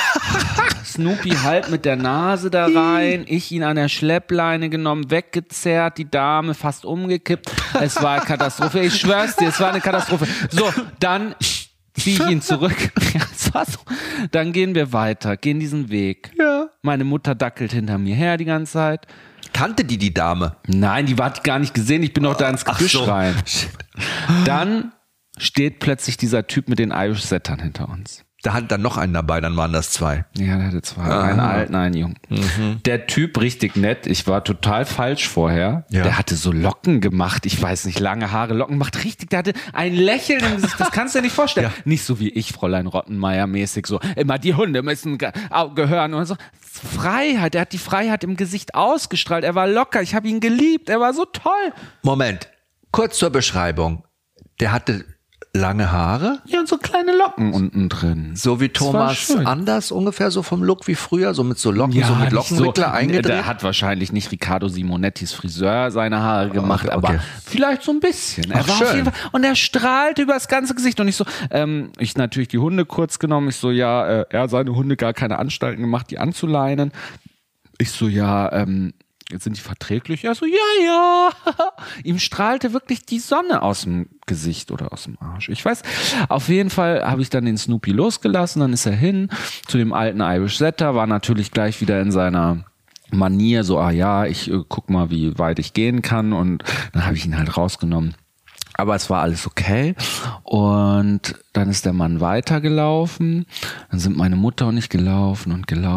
Snoopy halt mit der Nase da rein, ich ihn an der Schleppleine genommen, weggezerrt, die Dame fast umgekippt. Es war eine Katastrophe. Ich schwör's dir, es war eine Katastrophe. So, dann ziehe ich ihn zurück. Ja, es war so. Dann gehen wir weiter, gehen diesen Weg. Ja. Meine Mutter dackelt hinter mir her die ganze Zeit. Kannte die Dame? Nein, die hat gar nicht gesehen. Ich bin noch da ins Gebüsch rein. Dann steht plötzlich dieser Typ mit den Irish Settern hinter uns. Da hat dann noch einen dabei, dann waren das 2. Ja, der hatte 2. Einen alten, einen jungen. Der Typ richtig nett. Ich war total falsch vorher. Ja. Der hatte so Locken gemacht. Ich weiß nicht, lange Haare, Locken gemacht. Richtig, der hatte ein Lächeln im Gesicht. Das kannst du dir nicht vorstellen. Ja. Nicht so wie ich, Fräulein Rottenmeier mäßig so. Immer die Hunde müssen gehören und so. Freiheit. Er hat die Freiheit im Gesicht ausgestrahlt. Er war locker. Ich habe ihn geliebt. Er war so toll. Moment. Kurz zur Beschreibung. Der hatte lange Haare. Ja, und so kleine Locken unten drin. So wie Thomas Anders ungefähr, so vom Look wie früher, so mit so Locken, Ja, so mit nicht Lockenwickler so, eingedreht. Der hat wahrscheinlich nicht Riccardo Simonettis Friseur seine Haare gemacht, okay. aber vielleicht so ein bisschen. Er Ach, war schön. auf jeden Fall, und er strahlte über das ganze Gesicht und ich so, ich natürlich die Hunde kurz genommen, ich so, ja, er hat seine Hunde gar keine Anstalten gemacht, die anzuleinen. Ich so, ja, jetzt sind die verträglich? Ja, so, ja. Ihm strahlte wirklich die Sonne aus dem Gesicht oder aus dem Arsch. Ich weiß, auf jeden Fall habe ich dann den Snoopy losgelassen, dann ist er hin zu dem alten Irish Setter, war natürlich gleich wieder in seiner Manier, so, ich guck mal, wie weit ich gehen kann und dann habe ich ihn halt rausgenommen. Aber es war alles okay und dann ist der Mann weitergelaufen, dann sind meine Mutter und ich gelaufen und dann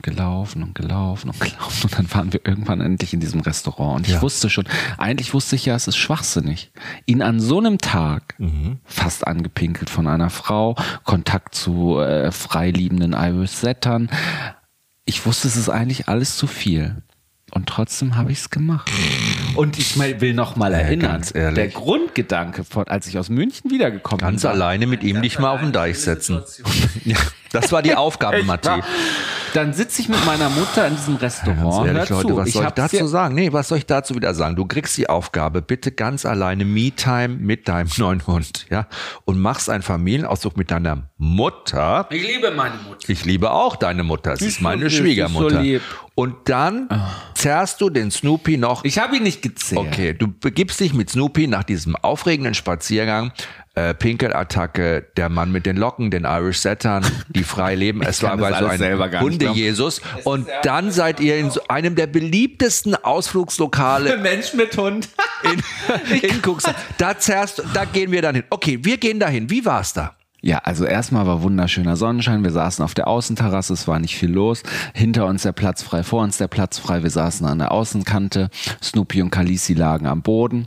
waren wir irgendwann endlich in diesem Restaurant und ich wusste schon, eigentlich wusste ich ja, es ist schwachsinnig, ihn an so einem Tag fast angepinkelt von einer Frau, Kontakt zu freiliebenden Irish Settern, ich wusste, es ist eigentlich alles zu viel. Und trotzdem habe ich es gemacht. Und ich will noch mal erinnern, ganz ehrlich. der Grundgedanke, als ich aus München wiedergekommen bin. Ganz alleine mit ihm dich mal auf den Deich setzen. Ja, das war die Aufgabe, Matti. Dann sitze ich mit meiner Mutter in diesem Restaurant. Ehrlich, Hör zu, Leute, was soll ich hab's dazu dir- sagen? Nee, was soll ich dazu wieder sagen? Du kriegst die Aufgabe, bitte ganz alleine Me-Time mit deinem neuen Hund, ja? Und machst einen Familienausflug mit deiner Mutter. Ich liebe meine Mutter. Ich liebe auch deine Mutter. Sie ist meine Schwiegermutter. so lieb. Und dann zerrst du den Snoopy noch. Ich habe ihn nicht gezählt. Okay, du begibst dich mit Snoopy nach diesem aufregenden Spaziergang. Pinkelattacke, der Mann mit den Locken, den Irish Settern, die frei leben. Es war kann das aber so alles selber ein gar nicht Hunde-Jesus. Und dann seid ihr in so einem der beliebtesten Ausflugslokale Mensch mit Hund. in Cuxhaven. Da gehen wir dann hin. Okay, wir gehen dahin. Wie war's da? Ja, also erstmal war wunderschöner Sonnenschein. Wir saßen auf der Außenterrasse, es war nicht viel los. Hinter uns der Platz frei, vor uns der Platz frei. Wir saßen an der Außenkante. Snoopy und Khaleesi lagen am Boden.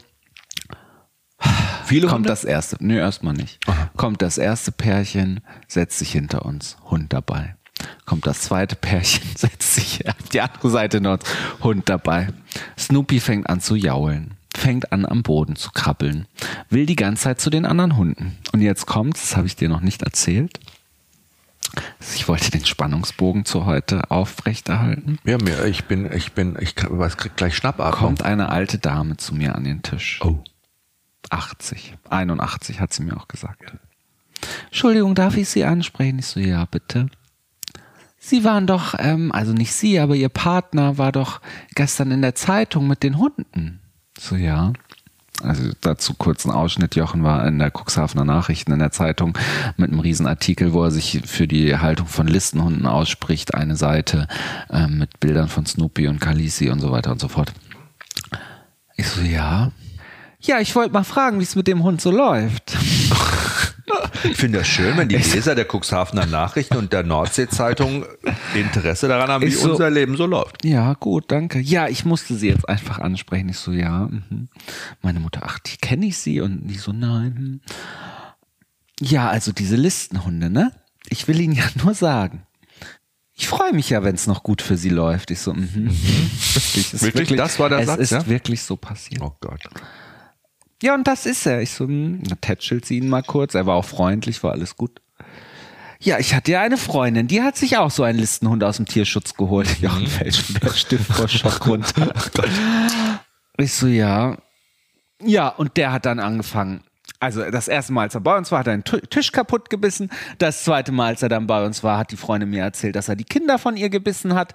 Viele Kommt Hunde? das erste, nö, erstmal nicht. Aha. Kommt das erste Pärchen, setzt sich hinter uns, Hund dabei. Kommt das zweite Pärchen, setzt sich auf die andere Seite noch Hund dabei. Snoopy fängt an zu jaulen, fängt an am Boden zu krabbeln, will die ganze Zeit zu den anderen Hunden. Und jetzt kommt's, das habe ich dir noch nicht erzählt. Ich wollte den Spannungsbogen zu heute aufrechterhalten. Ja, ich krieg gleich Schnappatmung. Kommt eine alte Dame zu mir an den Tisch. Oh. 81 hat sie mir auch gesagt. Entschuldigung, darf ich Sie ansprechen? Ich so, ja, bitte. Sie waren doch, also nicht Sie, aber Ihr Partner war doch gestern in der Zeitung mit den Hunden. So, ja. Also dazu kurzen Ausschnitt. Jochen war in der Cuxhavener Nachrichten in der Zeitung mit einem Riesenartikel, wo er sich für die Haltung von Listenhunden ausspricht. Eine Seite mit Bildern von Snoopy und Khaleesi und so weiter und so fort. Ich so, ja. Ja, ich wollte mal fragen, wie es mit dem Hund so läuft. Ich finde das schön, wenn die Leser der Cuxhavener Nachrichten und der Nordsee-Zeitung Interesse daran haben, wie so, unser Leben so läuft. Ja, gut, danke. Ja, ich musste sie jetzt einfach ansprechen. Ich so, ja. Meine Mutter, ach, die kenne ich sie. Und die so, nein. Ja, also diese Listenhunde, ne? Ich will Ihnen ja nur sagen, ich freue mich ja, wenn es noch gut für sie läuft. Ich so, Wirklich? Das war der Satz, es ist wirklich so passiert. Oh Gott. Ja, und das ist er. Ich so, da tätschelt sie ihn mal kurz. Er war auch freundlich, war alles gut. Ja, ich hatte ja eine Freundin, die hat sich auch so einen Listenhund aus dem Tierschutz geholt. Jochen fällt schon der Stift vor Schock runter. Ich so, ja. Ja, und der hat dann angefangen. Also das erste Mal, als er bei uns war, hat er einen Tisch kaputt gebissen. Das zweite Mal, als er dann bei uns war, hat die Freundin mir erzählt, dass er die Kinder von ihr gebissen hat.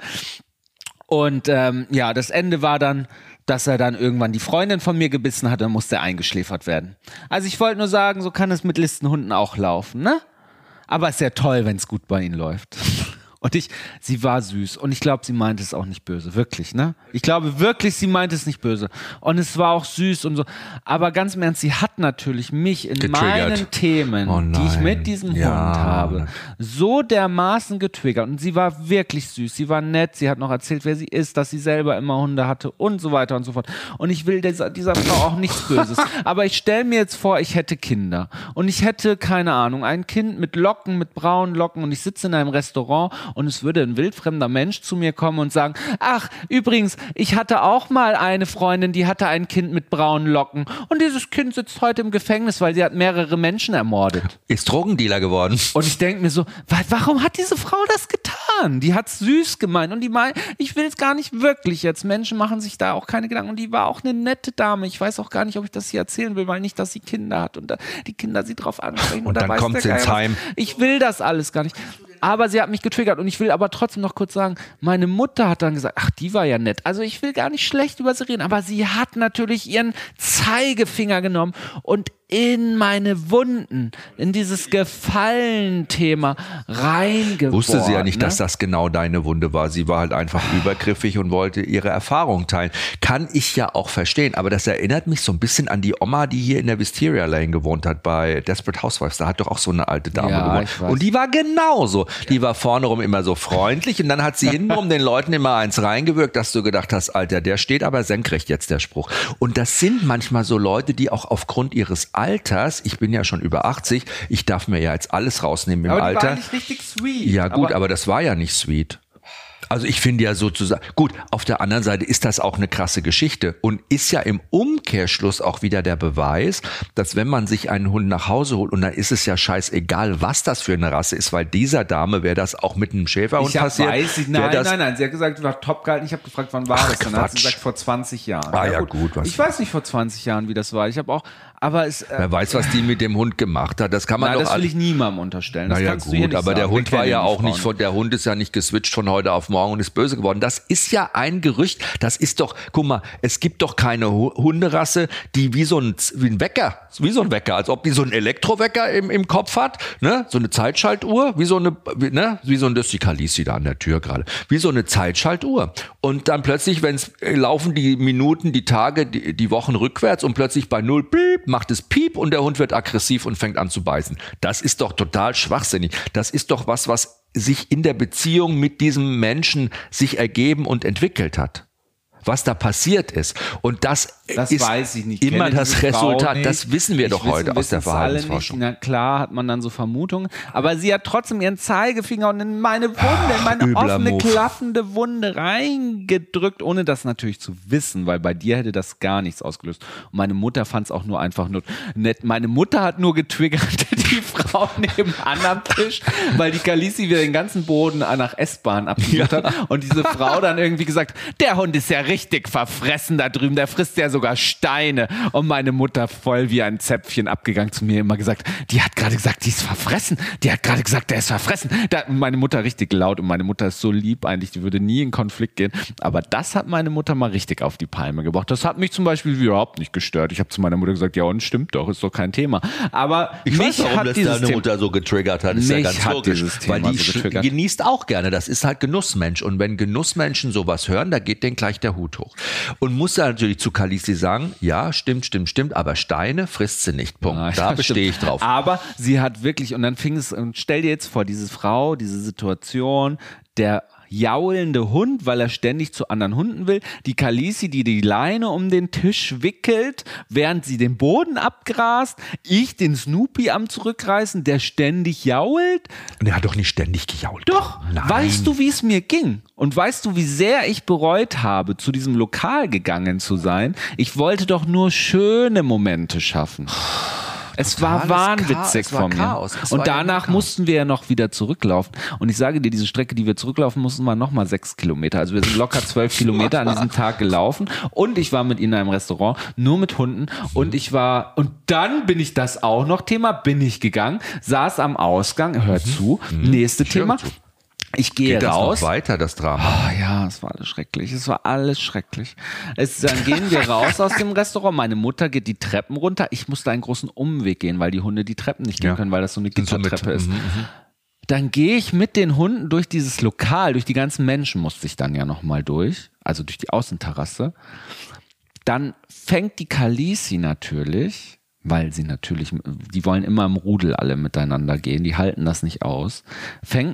Und ja, das Ende war dann, dass er dann irgendwann die Freundin von mir gebissen hat, dann musste er eingeschläfert werden. Also ich wollte nur sagen, so kann es mit Listenhunden auch laufen, ne? Aber es ist ja toll, wenn es gut bei ihnen läuft. Und sie war süß. Und ich glaube, sie meinte es auch nicht böse. Wirklich, ne? Ich glaube wirklich, sie meinte es nicht böse. Und es war auch süß und so. Aber ganz im Ernst, sie hat natürlich mich in meinen Themen, die ich mit diesem Hund habe, so dermaßen getriggert. Und sie war wirklich süß. Sie war nett. Sie hat noch erzählt, wer sie ist, dass sie selber immer Hunde hatte und so weiter und so fort. Und ich will dieser Frau auch nichts Böses. Aber ich stelle mir jetzt vor, ich hätte Kinder. Und ich hätte, keine Ahnung, ein Kind mit Locken, mit braunen Locken. Und ich sitze in einem Restaurant und es würde ein wildfremder Mensch zu mir kommen und sagen, ach, übrigens, ich hatte auch mal eine Freundin, die hatte ein Kind mit braunen Locken und dieses Kind sitzt heute im Gefängnis, weil sie hat mehrere Menschen ermordet. Ist Drogendealer geworden. Und ich denke mir so, warum hat diese Frau das getan? Die hat süß gemeint und die meint, ich will es gar nicht wirklich jetzt. Menschen machen sich da auch keine Gedanken und die war auch eine nette Dame. Ich weiß auch gar nicht, ob ich das hier erzählen will, weil nicht, dass sie Kinder hat und die Kinder sie drauf ansprechen. Und dann kommt sie ins Heim. Ich will das alles gar nicht. Aber sie hat mich getriggert und ich will aber trotzdem noch kurz sagen, meine Mutter hat dann gesagt, ach, die war ja nett. Also ich will gar nicht schlecht über sie reden, aber sie hat natürlich ihren Zeigefinger genommen und in meine Wunden, in dieses Gefallen-Thema reingeworfen. Wusste sie ja nicht, dass das genau deine Wunde war. Sie war halt einfach übergriffig und wollte ihre Erfahrung teilen. Kann ich ja auch verstehen, aber das erinnert mich so ein bisschen an die Oma, die hier in der Wisteria Lane gewohnt hat bei Desperate Housewives. Da hat doch auch so eine alte Dame gewohnt. Und die war genauso. Die war vorne rum immer so freundlich und dann hat sie hintenrum den Leuten immer eins reingewirkt, dass du gedacht hast, Alter, der steht aber senkrecht jetzt, der Spruch. Und das sind manchmal so Leute, die auch aufgrund ihres Alters, ich bin ja schon über 80, ich darf mir ja jetzt alles rausnehmen im aber Alter. Aber die war nicht richtig sweet. Ja gut, aber das war ja nicht sweet. Also ich finde ja sozusagen, gut, auf der anderen Seite ist das auch eine krasse Geschichte und ist ja im Umkehrschluss auch wieder der Beweis, dass wenn man sich einen Hund nach Hause holt und dann ist es ja scheißegal, was das für eine Rasse ist, weil dieser Dame wäre das auch mit einem Schäferhund passiert. Nein, sie hat gesagt, du warst top gehalten. Ich habe gefragt, wann war das? Dann hat sie gesagt, vor 20 Jahren. Ah ja gut. Ich weiß nicht vor 20 Jahren, wie das war. Ich habe auch, aber es... Wer weiß, was die mit dem Hund gemacht hat, das kann man doch... das will ich niemandem unterstellen. Das naja gut, aber der Hund war ja auch nicht, der Hund ist ja nicht geswitcht von heute auf morgen und ist böse geworden. Das ist ja ein Gerücht. Das ist doch, guck mal, es gibt doch keine Hunderasse, die wie ein Wecker, als ob die so einen Elektrowecker im Kopf hat, ne? So eine Zeitschaltuhr, wie so eine, das ist die Khaleesi da an der Tür gerade, wie so eine Zeitschaltuhr. Und dann plötzlich, laufen die Minuten, die Tage, die Wochen rückwärts und plötzlich bei 0 piep, macht es piep und der Hund wird aggressiv und fängt an zu beißen. Das ist doch total schwachsinnig. Das ist doch was sich in der Beziehung mit diesem Menschen sich ergeben und entwickelt hat. was da passiert ist. Und das ist weiß ich nicht. immer das Resultat. Nicht. Das wissen wir doch heute aus der Verhaltensforschung. Na klar hat man dann so Vermutungen, aber sie hat trotzdem ihren Zeigefinger in meine Wunde, in meine offene, klaffende Wunde reingedrückt, ohne das natürlich zu wissen, weil bei dir hätte das gar nichts ausgelöst. Und meine Mutter fand es auch nur einfach nur nett. Meine Mutter hat nur getriggert, die Frau nebenan am Tisch, weil die Khaleesi wieder den ganzen Boden nach S-Bahn abgesucht hat und diese Frau dann irgendwie gesagt, der Hund ist ja richtig verfressen da drüben, der frisst ja sogar Steine. Und meine Mutter voll wie ein Zäpfchen abgegangen zu mir immer gesagt, die hat gerade gesagt, die ist verfressen, die hat gerade gesagt, der ist verfressen. Meine Mutter richtig laut und meine Mutter ist so lieb eigentlich, die würde nie in Konflikt gehen, aber das hat meine Mutter mal richtig auf die Palme gebracht. Das hat mich zum Beispiel überhaupt nicht gestört. Ich habe zu meiner Mutter gesagt, ja und stimmt doch, ist doch kein Thema. Aber ich weiß, warum das deine Mutter so getriggert hat, ist ja ganz logisch, weil die so genießt auch gerne, das ist halt Genussmensch und wenn Genussmenschen sowas hören, da geht denen gleich der Hut hoch. Und muss da natürlich zu Khaleesi sagen, ja, stimmt, aber Steine frisst sie nicht, Punkt. Ja, da bestehe ich drauf. Aber sie hat wirklich, und dann fing es, und stell dir jetzt vor, diese Frau, diese Situation, der jaulende Hund, weil er ständig zu anderen Hunden will. Die Khaleesi, die Leine um den Tisch wickelt, während sie den Boden abgrast. Ich den Snoopy am Zurückreißen, der ständig jault. Der hat doch nicht ständig gejault. Doch. Nein. Weißt du, wie es mir ging? Und weißt du, wie sehr ich bereut habe, zu diesem Lokal gegangen zu sein? Ich wollte doch nur schöne Momente schaffen. Es war wahnwitzig von mir. Und danach mussten wir ja noch wieder zurücklaufen. Und ich sage dir, diese Strecke, die wir zurücklaufen mussten, war nochmal 6 Kilometer. Also wir sind locker 12 Kilometer an diesem Tag gelaufen. Und ich war mit ihnen in einem Restaurant, nur mit Hunden. Und dann bin ich das auch noch Thema, bin ich gegangen, saß am Ausgang, hör zu, nächste Thema. Ich gehe Geht raus. Das noch weiter, das Drama? Oh, ja, es war alles schrecklich. Dann gehen wir raus aus dem Restaurant. Meine Mutter geht die Treppen runter. Ich musste einen großen Umweg gehen, weil die Hunde die Treppen nicht gehen können, weil das so eine Gittertreppe ist. Dann gehe ich mit den Hunden durch dieses Lokal, durch die ganzen Menschen musste ich dann ja nochmal durch, also durch die Außenterrasse. Dann fängt die Khaleesi natürlich, weil sie natürlich, die wollen immer im Rudel alle miteinander gehen, die halten das nicht aus, fängt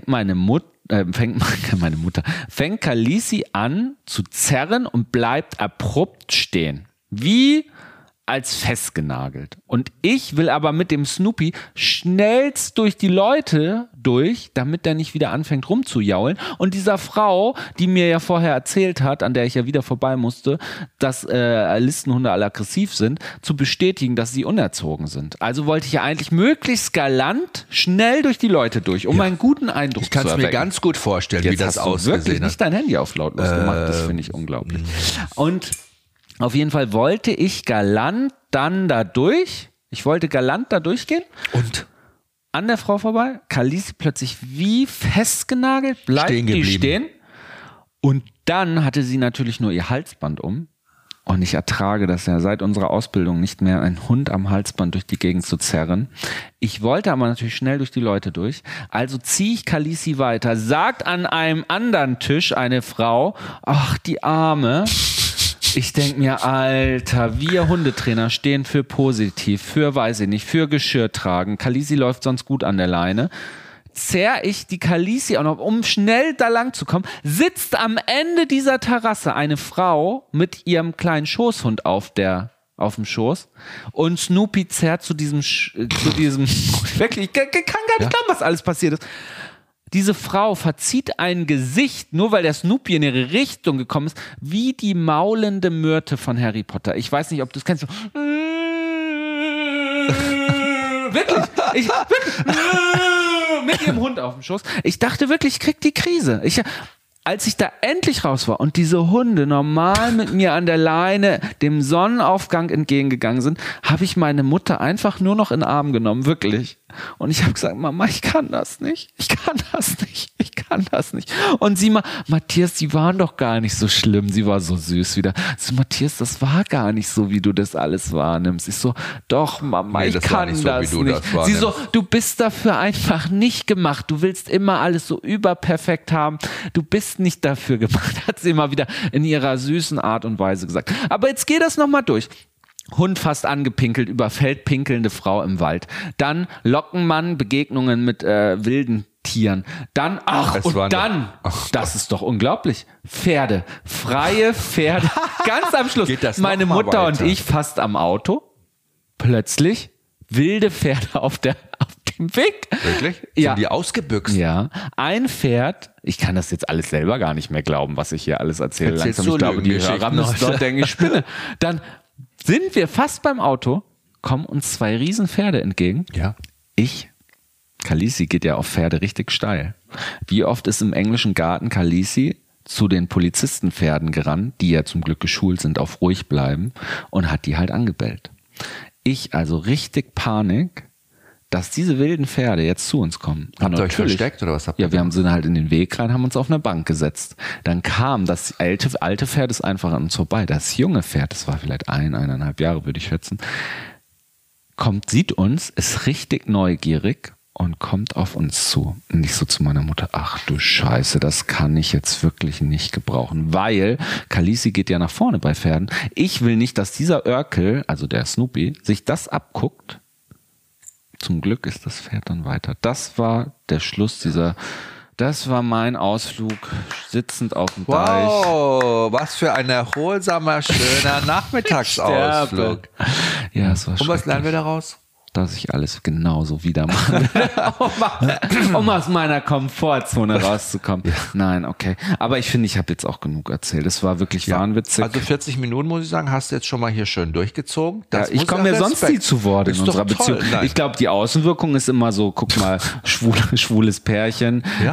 Khaleesi an zu zerren und bleibt abrupt stehen. Wie als festgenagelt. Und ich will aber mit dem Snoopy schnellst durch die Leute durch, damit der nicht wieder anfängt rumzujaulen. Und dieser Frau, die mir ja vorher erzählt hat, an der ich ja wieder vorbei musste, dass Listenhunde alle aggressiv sind, zu bestätigen, dass sie unerzogen sind. Also wollte ich ja eigentlich möglichst galant schnell durch die Leute durch, um einen guten Eindruck zu erwecken. Ich kann es mir ganz gut vorstellen, jetzt wie das ausgesehen hat. Jetzt hast du wirklich hat. nicht dein Handy auf lautlos gemacht, das finde ich unglaublich. Und auf jeden Fall wollte ich galant dann da durch. Ich wollte galant da durchgehen. Und? An der Frau vorbei. Khaleesi plötzlich wie festgenagelt. Bleibt die stehen. Und dann hatte sie natürlich nur ihr Halsband um. Und ich ertrage das ja seit unserer Ausbildung nicht mehr, einen Hund am Halsband durch die Gegend zu zerren. Ich wollte aber natürlich schnell durch die Leute durch. Also ziehe ich Khaleesi weiter. Sagt an einem anderen Tisch eine Frau, ach, die Arme. Ich denke mir, Alter, wir Hundetrainer stehen für positiv, für, weiß ich nicht, für Geschirr tragen. Khaleesi läuft sonst gut an der Leine. Zerr ich die Khaleesi auch noch, um schnell da lang zu kommen, sitzt am Ende dieser Terrasse eine Frau mit ihrem kleinen Schoßhund auf dem Schoß und Snoopy zerrt zu diesem wirklich, ich kann gar nicht glauben, was alles passiert ist. Diese Frau verzieht ein Gesicht, nur weil der Snoopy in ihre Richtung gekommen ist, wie die maulende Myrte von Harry Potter. Ich weiß nicht, ob du es kennst. Wirklich. Mit ihrem Hund auf dem Schoß. Ich dachte wirklich, ich krieg die Krise. Als ich da endlich raus war und diese Hunde normal mit mir an der Leine dem Sonnenaufgang entgegengegangen sind, habe ich meine Mutter einfach nur noch in den Arm genommen, wirklich. Und ich habe gesagt, Mama, ich kann das nicht. Und sie Matthias, die waren doch gar nicht so schlimm. Sie war so süß wieder. So, Matthias, das war gar nicht so, wie du das alles wahrnimmst. Ich so, doch, Mama, ich kann das nicht. Sie so, du bist dafür einfach nicht gemacht. Du willst immer alles so überperfekt haben. Du bist nicht dafür gemacht, hat sie immer wieder in ihrer süßen Art und Weise gesagt. Aber jetzt geh das nochmal durch. Hund fast angepinkelt, überfällt pinkelnde Frau im Wald. Dann Lockenmann, Begegnungen mit wilden Tieren. Dann, das ist doch unglaublich. Pferde, freie Pferde. Ganz am Schluss. Geht das meine noch mal Mutter weiter? und ich fast am Auto. Plötzlich wilde Pferde auf dem Weg. Wirklich? Ja. Sind die ausgebüxt? Ja, ein Pferd, ich kann das jetzt alles selber gar nicht mehr glauben, was ich hier alles erzähle. Erzählst Langsam, du ich glaube, die Lügengeschichten Hörer müssen heute? dort denken, ich spinne. Dann sind wir fast beim Auto, kommen uns 2 Riesenpferde entgegen. Ja. Khaleesi geht ja auf Pferde richtig steil. Wie oft ist im englischen Garten Khaleesi zu den Polizistenpferden gerannt, die ja zum Glück geschult sind auf ruhig bleiben, und hat die halt angebellt. Ich also richtig Panik, dass diese wilden Pferde jetzt zu uns kommen. Habt ihr euch versteckt oder was habt ihr Ja, wir haben sind halt in den Weg rein, haben uns auf eine Bank gesetzt. Dann kam das alte Pferd ist einfach an uns vorbei. Das junge Pferd, das war vielleicht 1,5 Jahre, würde ich schätzen, sieht uns, ist richtig neugierig und kommt auf uns zu. Und ich so zu meiner Mutter, ach du Scheiße, das kann ich jetzt wirklich nicht gebrauchen, weil Khaleesi geht ja nach vorne bei Pferden. Ich will nicht, dass dieser Örkel, also der Snoopy, sich das abguckt. Zum Glück ist das Pferd dann weiter. Das war der Schluss das war mein Ausflug, sitzend auf dem Deich. Wow, was für ein erholsamer, schöner Nachmittagsausflug. Ja, es war Und was schrecklich. lernen wir daraus? Dass ich alles genauso wieder mache, um aus meiner Komfortzone rauszukommen. Ja. Nein, okay. Aber ich finde, ich habe jetzt auch genug erzählt. Es war wirklich wahnwitzig. Also 40 Minuten, muss ich sagen, hast du jetzt schon mal hier schön durchgezogen. Das ich komme mir sonst nie zu Wort in unserer Beziehung. Nein. Ich glaube, die Außenwirkung ist immer so, guck mal, schwules Pärchen, Ja?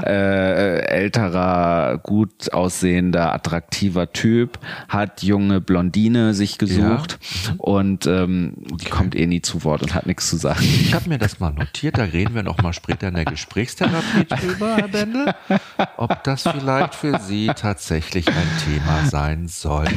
Älterer, gut aussehender, attraktiver Typ, hat junge Blondine sich gesucht und die kommt eh nie zu Wort und hat nichts zu sagen. Ich habe mir das mal notiert, da reden wir noch mal später in der Gesprächstherapie drüber, Herr Bendel, ob das vielleicht für Sie tatsächlich ein Thema sein sollte.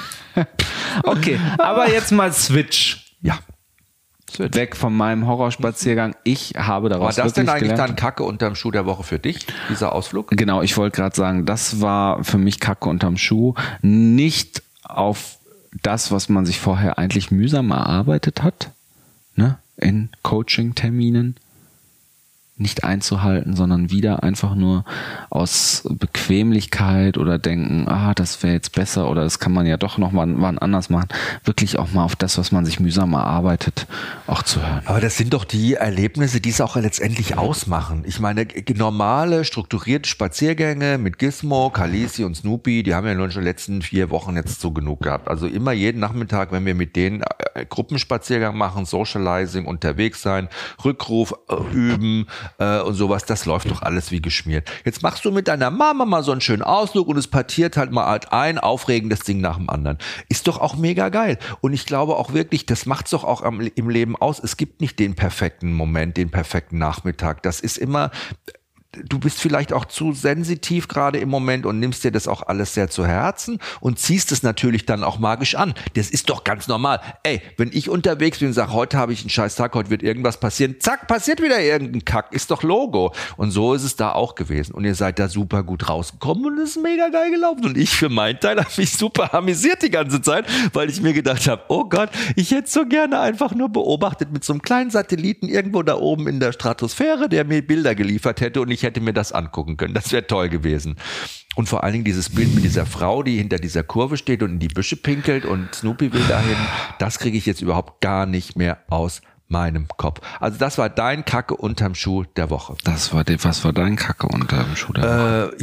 Okay, aber jetzt mal Switch. Ja. Weg von meinem Horrorspaziergang. Ich habe daraus War das denn wirklich eigentlich gelernt. dann Kacke unterm Schuh der Woche für dich, dieser Ausflug? Genau, ich wollte gerade sagen, das war für mich Kacke unterm Schuh. Nicht auf das, was man sich vorher eigentlich mühsam erarbeitet hat, ne, in Coaching-Terminen nicht einzuhalten, sondern wieder einfach nur aus Bequemlichkeit oder denken, das wäre jetzt besser oder das kann man ja doch noch mal wann anders machen, wirklich auch mal auf das, was man sich mühsam erarbeitet, auch zu hören. Aber das sind doch die Erlebnisse, die es auch letztendlich ausmachen. Ich meine, normale, strukturierte Spaziergänge mit Gizmo, Khaleesi und Snoopy, die haben ja nur schon die letzten 4 Wochen jetzt so genug gehabt. Also immer jeden Nachmittag, wenn wir mit denen Gruppenspaziergang machen, Socializing, unterwegs sein, Rückruf üben, und sowas, das läuft doch alles wie geschmiert. Jetzt machst du mit deiner Mama mal so einen schönen Ausflug und es partiert halt mal ein aufregendes Ding nach dem anderen. Ist doch auch mega geil. Und ich glaube auch wirklich, das macht's doch auch im Leben aus. Es gibt nicht den perfekten Moment, den perfekten Nachmittag. Das ist immer... Du bist vielleicht auch zu sensitiv gerade im Moment und nimmst dir das auch alles sehr zu Herzen und ziehst es natürlich dann auch magisch an. Das ist doch ganz normal. Ey, wenn ich unterwegs bin und sage, heute habe ich einen scheiß Tag, heute wird irgendwas passieren, zack, passiert wieder irgendein Kack, ist doch Logo. Und so ist es da auch gewesen. Und ihr seid da super gut rausgekommen und es ist mega geil gelaufen. Und ich für meinen Teil habe mich super amüsiert die ganze Zeit, weil ich mir gedacht habe, oh Gott, ich hätte so gerne einfach nur beobachtet mit so einem kleinen Satelliten irgendwo da oben in der Stratosphäre, der mir Bilder geliefert hätte und ich hätte mir das angucken können. Das wäre toll gewesen. Und vor allen Dingen dieses Bild mit dieser Frau, die hinter dieser Kurve steht und in die Büsche pinkelt und Snoopy will dahin, das kriege ich jetzt überhaupt gar nicht mehr aus meinem Kopf. Also das war dein Kacke unterm Schuh der Woche. Was war dein Kacke unterm Schuh der Woche?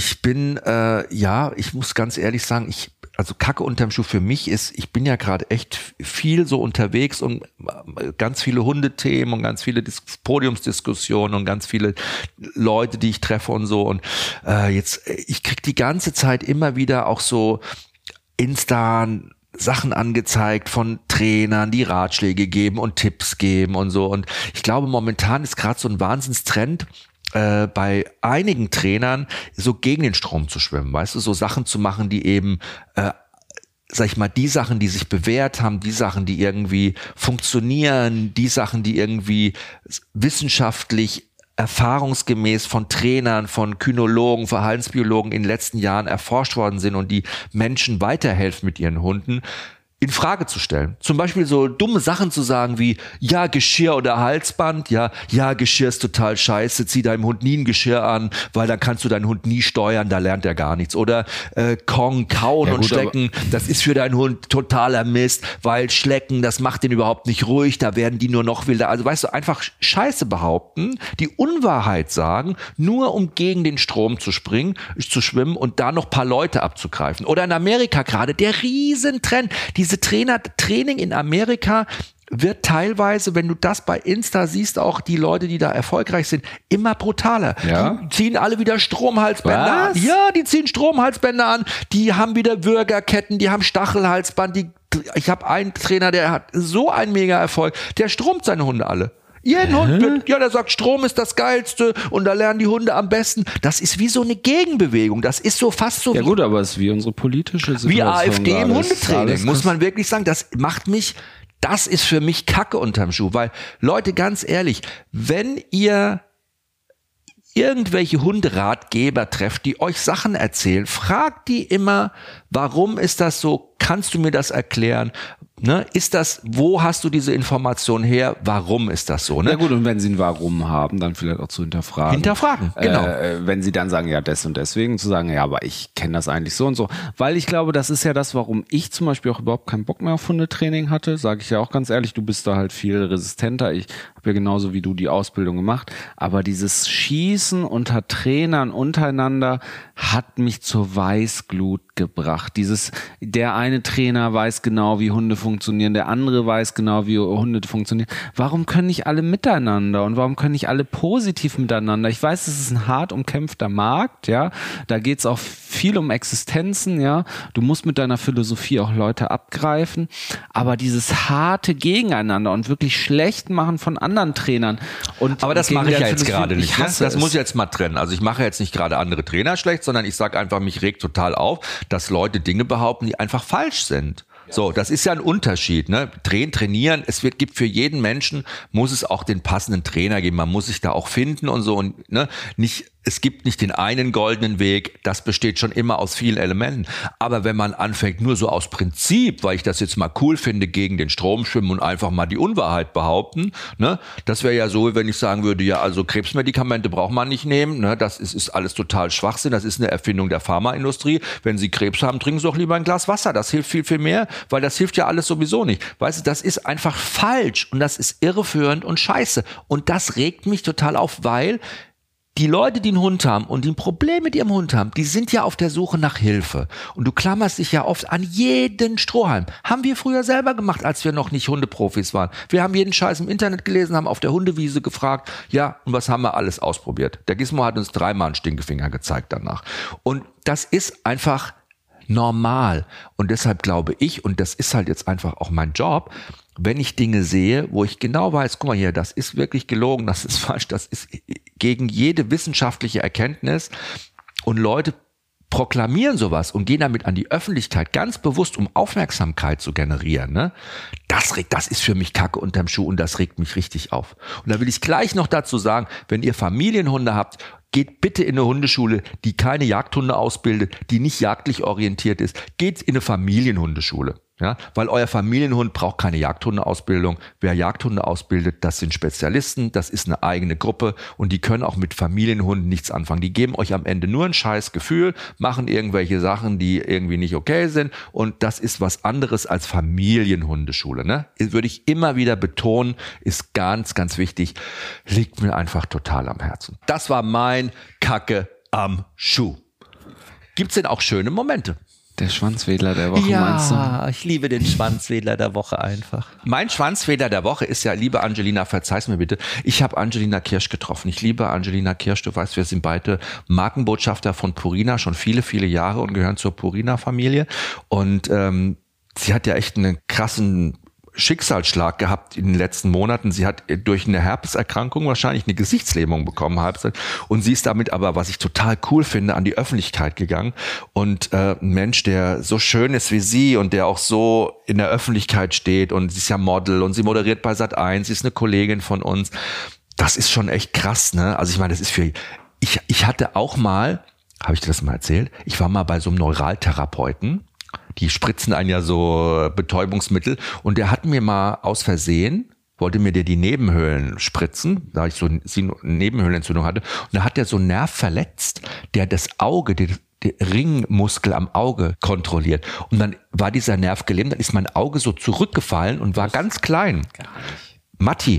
Ich muss ganz ehrlich sagen, also Kacke unterm Schuh für mich ist, ich bin ja gerade echt viel so unterwegs und ganz viele Hundethemen und ganz viele Podiumsdiskussionen und ganz viele Leute, die ich treffe und so. Und ich krieg die ganze Zeit immer wieder auch so Insta Sachen angezeigt von Trainern, die Ratschläge geben und Tipps geben und so. Und ich glaube, momentan ist gerade so ein Wahnsinnstrend, bei einigen Trainern so gegen den Strom zu schwimmen, weißt du, so Sachen zu machen, die eben, sag ich mal, die Sachen, die sich bewährt haben, die Sachen, die irgendwie funktionieren, die Sachen, die irgendwie wissenschaftlich erfahrungsgemäß von Trainern, von Kynologen, Verhaltensbiologen in den letzten Jahren erforscht worden sind und die Menschen weiterhelfen mit ihren Hunden, in Frage zu stellen. Zum Beispiel so dumme Sachen zu sagen wie, ja, Geschirr oder Halsband, ja, Geschirr ist total scheiße, zieh deinem Hund nie ein Geschirr an, weil dann kannst du deinen Hund nie steuern, da lernt er gar nichts. Oder kauen und Schlecken, das ist für deinen Hund totaler Mist, weil Schlecken, das macht den überhaupt nicht ruhig, da werden die nur noch wilder. Also weißt du, einfach Scheiße behaupten, die Unwahrheit sagen, nur um gegen den Strom zu schwimmen und da noch ein paar Leute abzugreifen. Oder in Amerika gerade, der Riesentrend, diese Training in Amerika wird teilweise, wenn du das bei Insta siehst, auch die Leute, die da erfolgreich sind, immer brutaler. Ja? Die ziehen alle wieder Stromhalsbänder an. Ja, die ziehen Stromhalsbänder an. Die haben wieder Würgerketten, die haben Stachelhalsband. Ich habe einen Trainer, der hat so einen Mega-Erfolg. Der stromt seine Hunde alle. Jeden Hund, der sagt, Strom ist das Geilste und da lernen die Hunde am besten. Das ist wie so eine Gegenbewegung. Das ist so fast so. Ja gut, aber es ist wie unsere politische Situation. Wie AfD im Hundetraining, muss man wirklich sagen. Das ist für mich Kacke unterm Schuh. Weil, Leute, ganz ehrlich, wenn ihr irgendwelche Hunderatgeber trefft, die euch Sachen erzählen, fragt die immer, warum ist das so? Kannst du mir das erklären? Ne, wo hast du diese Information her? Warum ist das so? Ne? Ja gut, und wenn sie ein Warum haben, dann vielleicht auch zu hinterfragen. Genau. Wenn sie dann sagen, ja, des und deswegen, zu sagen, ja, aber ich kenne das eigentlich so und so. Weil ich glaube, das ist ja das, warum ich zum Beispiel auch überhaupt keinen Bock mehr auf Hundetraining hatte. Sage ich ja auch ganz ehrlich, du bist da halt viel resistenter. Ich habe ja genauso wie du die Ausbildung gemacht. Aber dieses Schießen unter Trainern untereinander hat mich zur Weißglut gebracht. Der eine Trainer weiß genau, wie Hunde funktionieren, der andere weiß genau, wie Hunde funktionieren. Warum können nicht alle miteinander und warum können nicht alle positiv miteinander? Ich weiß, es ist ein hart umkämpfter Markt, ja. Da geht's auch viel um Existenzen, ja. Du musst mit deiner Philosophie auch Leute abgreifen, aber dieses harte Gegeneinander und wirklich schlecht machen von anderen Trainern. Aber das mache ich ja jetzt gerade nicht. Das muss ich jetzt mal trennen. Also ich mache jetzt nicht gerade andere Trainer schlecht, sondern ich sage einfach, mich regt total auf, dass Leute Dinge behaupten, die einfach falsch sind. So, das ist ja ein Unterschied, ne? Trainieren, gibt für jeden Menschen, muss es auch den passenden Trainer geben, man muss sich da auch finden und so und, ne? Es gibt nicht den einen goldenen Weg, das besteht schon immer aus vielen Elementen. Aber wenn man anfängt, nur so aus Prinzip, weil ich das jetzt mal cool finde, gegen den Strom schwimmen und einfach mal die Unwahrheit behaupten, ne, das wäre ja so, wenn ich sagen würde, ja, also Krebsmedikamente braucht man nicht nehmen, ne, das ist alles total Schwachsinn, das ist eine Erfindung der Pharmaindustrie. Wenn Sie Krebs haben, trinken Sie doch lieber ein Glas Wasser, das hilft viel, viel mehr, weil das hilft ja alles sowieso nicht. Weißt du, das ist einfach falsch und das ist irreführend und scheiße. Und das regt mich total auf, weil die Leute, die einen Hund haben und die ein Problem mit ihrem Hund haben, die sind ja auf der Suche nach Hilfe. Und du klammerst dich ja oft an jeden Strohhalm. Haben wir früher selber gemacht, als wir noch nicht Hundeprofis waren. Wir haben jeden Scheiß im Internet gelesen, haben auf der Hundewiese gefragt, ja, und was haben wir alles ausprobiert? Der Gizmo hat uns 3-mal einen Stinkefinger gezeigt danach. Und das ist einfach normal. Und deshalb glaube ich, und das ist halt jetzt einfach auch mein Job, wenn ich Dinge sehe, wo ich genau weiß, guck mal hier, das ist wirklich gelogen, das ist falsch, das ist gegen jede wissenschaftliche Erkenntnis und Leute proklamieren sowas und gehen damit an die Öffentlichkeit ganz bewusst, um Aufmerksamkeit zu generieren, ne? Das ist für mich Kacke unterm Schuh und das regt mich richtig auf. Und da will ich gleich noch dazu sagen, wenn ihr Familienhunde habt, geht bitte in eine Hundeschule, die keine Jagdhunde ausbildet, die nicht jagdlich orientiert ist. Geht in eine Familienhundeschule. Ja, weil euer Familienhund braucht keine Jagdhundeausbildung. Wer Jagdhunde ausbildet, das sind Spezialisten, das ist eine eigene Gruppe und die können auch mit Familienhunden nichts anfangen. Die geben euch am Ende nur ein scheiß Gefühl, machen irgendwelche Sachen, die irgendwie nicht okay sind und das ist was anderes als Familienhundeschule. Ne? Würde ich immer wieder betonen, ist ganz, ganz wichtig, liegt mir einfach total am Herzen. Das war mein Kacke am Schuh. Gibt's denn auch schöne Momente? Der Schwanzwedler der Woche, meinst du? Ja, ich liebe den Schwanzwedler der Woche einfach. Mein Schwanzwedler der Woche ist ja, liebe Angelina, verzeih's mir bitte, ich habe Angelina Kirsch getroffen. Ich liebe Angelina Kirsch, du weißt, wir sind beide Markenbotschafter von Purina, schon viele, viele Jahre und gehören zur Purina-Familie. Und sie hat ja echt einen krassen Schicksalsschlag gehabt in den letzten Monaten. Sie hat durch eine Herpeserkrankung wahrscheinlich eine Gesichtslähmung bekommen, Halbzeit. Und sie ist damit aber, was ich total cool finde, an die Öffentlichkeit gegangen. Und ein Mensch, der so schön ist wie sie und der auch so in der Öffentlichkeit steht und sie ist ja Model und sie moderiert bei Sat.1, sie ist eine Kollegin von uns. Das ist schon echt krass, ne? Also ich meine, das ist ich hatte auch mal, habe ich dir das mal erzählt? Ich war mal bei so einem Neuraltherapeuten. die spritzen einen ja so Betäubungsmittel. Und der hat mir mal aus Versehen, wollte mir der die Nebenhöhlen spritzen, da ich so eine Nebenhöhlenentzündung hatte. Und da hat der so einen Nerv verletzt, der das Auge, der Ringmuskel am Auge kontrolliert. Und dann war dieser Nerv gelähmt, dann ist mein Auge so zurückgefallen und war ganz klein. Gar nicht. Matti,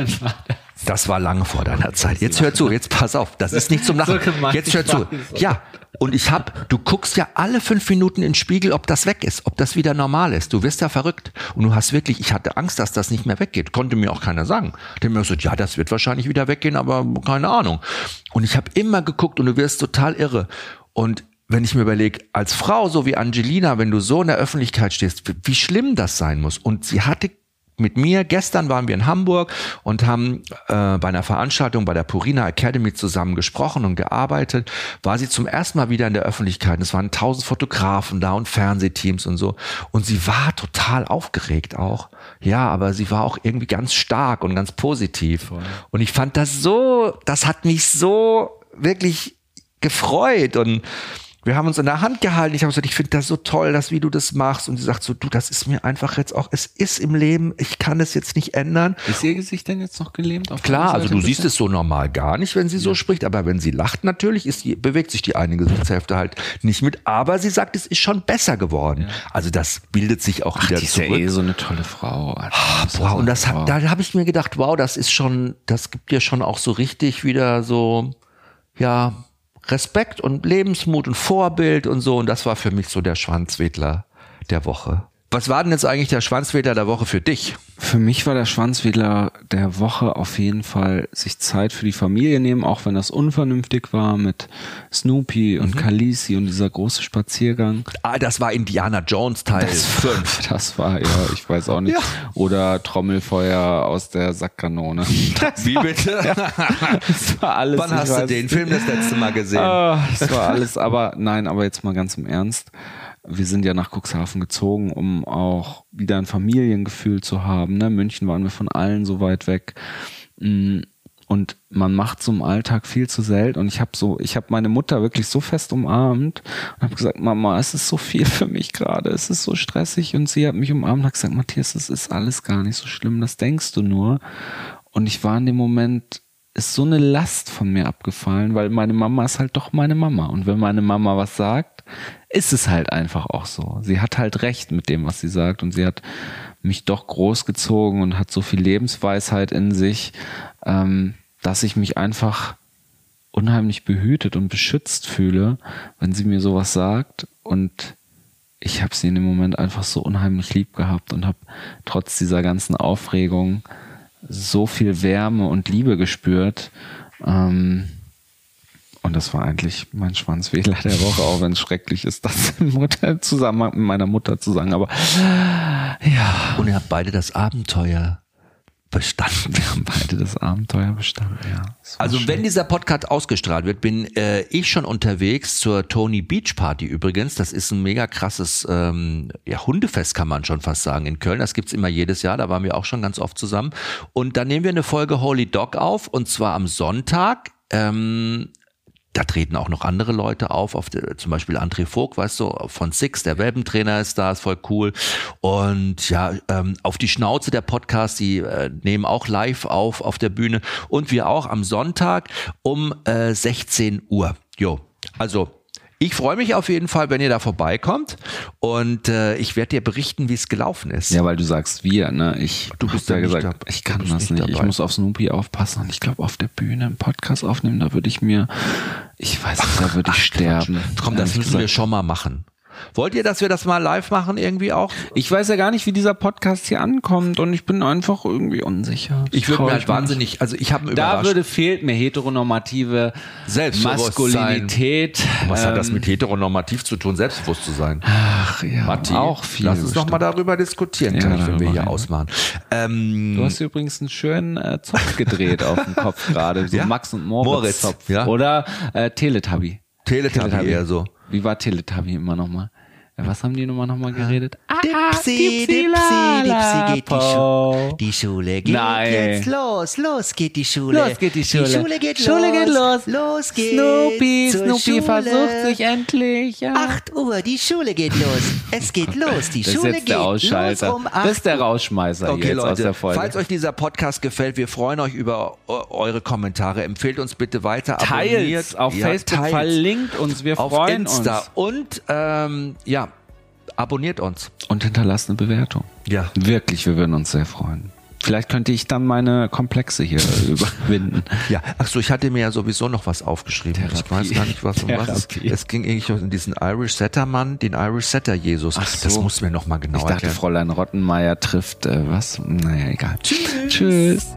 das war lange vor deiner Zeit. Jetzt hör zu, jetzt pass auf, das ist nicht zum Lachen. Jetzt hör zu. Ja, und du guckst ja alle 5 Minuten in den Spiegel, ob das weg ist, ob das wieder normal ist. Du wirst ja verrückt. Und du hast wirklich, ich hatte Angst, dass das nicht mehr weggeht. Konnte mir auch keiner sagen. Der mir gesagt, ja, das wird wahrscheinlich wieder weggehen, aber keine Ahnung. Und ich habe immer geguckt und du wirst total irre. Und wenn ich mir überlege, als Frau, so wie Angelina, wenn du so in der Öffentlichkeit stehst, wie schlimm das sein muss. Und sie hatte mit mir, gestern waren wir in Hamburg und haben bei einer Veranstaltung bei der Purina Academy zusammen gesprochen und gearbeitet, war sie zum ersten Mal wieder in der Öffentlichkeit. Es waren 1000 Fotografen da und Fernsehteams und so. Und sie war total aufgeregt auch. Ja, aber sie war auch irgendwie ganz stark und ganz positiv. Voll. Und ich fand das hat mich so wirklich gefreut und wir haben uns in der Hand gehalten. Ich habe gesagt, ich finde das so toll, wie du das machst. Und sie sagt so, du, das ist mir einfach jetzt auch, es ist im Leben, ich kann es jetzt nicht ändern. Ist ihr Gesicht denn jetzt noch gelähmt? Klar, also du siehst es so normal gar nicht, wenn sie so spricht. Aber wenn sie lacht natürlich, bewegt sich die eine Gesichtshälfte halt nicht mit. Aber sie sagt, es ist schon besser geworden. Ja. Also das bildet sich auch wieder zurück. Die ist ja so eine tolle Frau. Und da habe ich mir gedacht, wow, das gibt dir schon auch so richtig wieder so, ja, Respekt und Lebensmut und Vorbild und so. Und das war für mich so der Schwanzwedler der Woche. Was war denn jetzt eigentlich der Schwanzwedler der Woche für dich? Für mich war der Schwanzwedler der Woche auf jeden Fall sich Zeit für die Familie nehmen, auch wenn das unvernünftig war mit Snoopy und Khaleesi und dieser große Spaziergang. Das war Indiana Jones Teil 5. Das war, ja, ich weiß auch nicht. Ja. Oder Trommelfeuer aus der Sackkanone. Wie bitte? Das war alles. Wann hast du den Film das letzte Mal gesehen? Das war alles, aber jetzt mal ganz im Ernst. Wir sind ja nach Cuxhaven gezogen, um auch wieder ein Familiengefühl zu haben. Ne? München waren wir von allen so weit weg. Und man macht so im Alltag viel zu selten. Und ich habe meine Mutter wirklich so fest umarmt und habe gesagt, Mama, es ist so viel für mich gerade. Es ist so stressig. Und sie hat mich umarmt und hat gesagt, Matthias, es ist alles gar nicht so schlimm. Das denkst du nur. Und ich war in dem Moment, ist so eine Last von mir abgefallen, weil meine Mama ist halt doch meine Mama. Und wenn meine Mama was sagt, ist es halt einfach auch so. Sie hat halt recht mit dem, was sie sagt. Und sie hat mich doch großgezogen und hat so viel Lebensweisheit in sich, dass ich mich einfach unheimlich behütet und beschützt fühle, wenn sie mir sowas sagt. Und ich habe sie in dem Moment einfach so unheimlich lieb gehabt und habe trotz dieser ganzen Aufregung so viel Wärme und Liebe gespürt. Und das war eigentlich mein Schwanzwedler der Woche, auch wenn es schrecklich ist, das im Zusammenhang mit meiner Mutter zu sagen. Aber ja. Und ihr habt beide das Abenteuer bestanden. Wir haben beide das Abenteuer bestanden, ja. Also schön. Wenn dieser Podcast ausgestrahlt wird, bin ich schon unterwegs zur Tony Beach Party übrigens. Das ist ein mega krasses Hundefest, kann man schon fast sagen, in Köln. Das gibt's immer jedes Jahr, da waren wir auch schon ganz oft zusammen. Und da nehmen wir eine Folge Holy Dog auf, und zwar am Sonntag. Da treten auch noch andere Leute auf zum Beispiel André Vogt, weißt du, von Six, der Welpentrainer ist da, ist voll cool. Und ja, auf die Schnauze der Podcast, die nehmen auch live auf der Bühne. Und wir auch am Sonntag um 16 Uhr. Jo, also ich freue mich auf jeden Fall, wenn ihr da vorbeikommt, und ich werde dir berichten, wie es gelaufen ist. Ja, weil du sagst wir, ne? Du bist ja gesagt, ich kann das nicht. Ich muss auf Snoopy aufpassen, und ich glaube, auf der Bühne einen Podcast aufnehmen, da würde ich sterben. Komm, das müssen wir schon mal machen. Wollt ihr, dass wir das mal live machen irgendwie auch? Ich weiß ja gar nicht, wie dieser Podcast hier ankommt, und ich bin einfach irgendwie unsicher. Ich würde mir halt wahnsinnig, also ich habe fehlt mir heteronormative Maskulinität. Was hat das mit heteronormativ zu tun, selbstbewusst zu sein? Ach ja, Matti, auch viel. Lass uns doch mal darüber diskutieren, wenn wir hier ausmachen. Du hast übrigens einen schönen Zopf gedreht auf dem Kopf gerade, so ja? Max und Moritz Zopf. Ja? Oder Teletubby eher so. Wie war Teletubby immer nochmal? Was haben die nochmal geredet? Dipsy, Dipsy, Dipsy geht die Schule geht jetzt los. Los geht die Schule. Los geht die Schule. Die Schule geht los. Los geht's. Snoopy versucht sich endlich. Ja. 8 Uhr, die Schule geht los. Es geht los, die Das Schule ist jetzt geht der Ausschalter. los um 8 Das ist der Rausschmeißer Okay, jetzt Leute, aus der Folge. falls euch dieser Podcast gefällt, wir freuen euch über eure Kommentare. Empfehlt uns bitte weiter. Teils auf Facebook, verlinkt uns, wir auf freuen Insta uns. Und abonniert uns. Und hinterlasst eine Bewertung. Ja. Wirklich, wir würden uns sehr freuen. Vielleicht könnte ich dann meine Komplexe hier überwinden. Ja, achso, ich hatte mir ja sowieso noch was aufgeschrieben. Therapie. Ich weiß gar nicht, was es ging eigentlich um diesen Irish Setter Mann, den Irish Setter Jesus. Ach so. Das muss mir noch mal genau Ich dachte, erklären. Fräulein Rottenmeier trifft was? Naja, egal. Tschüss.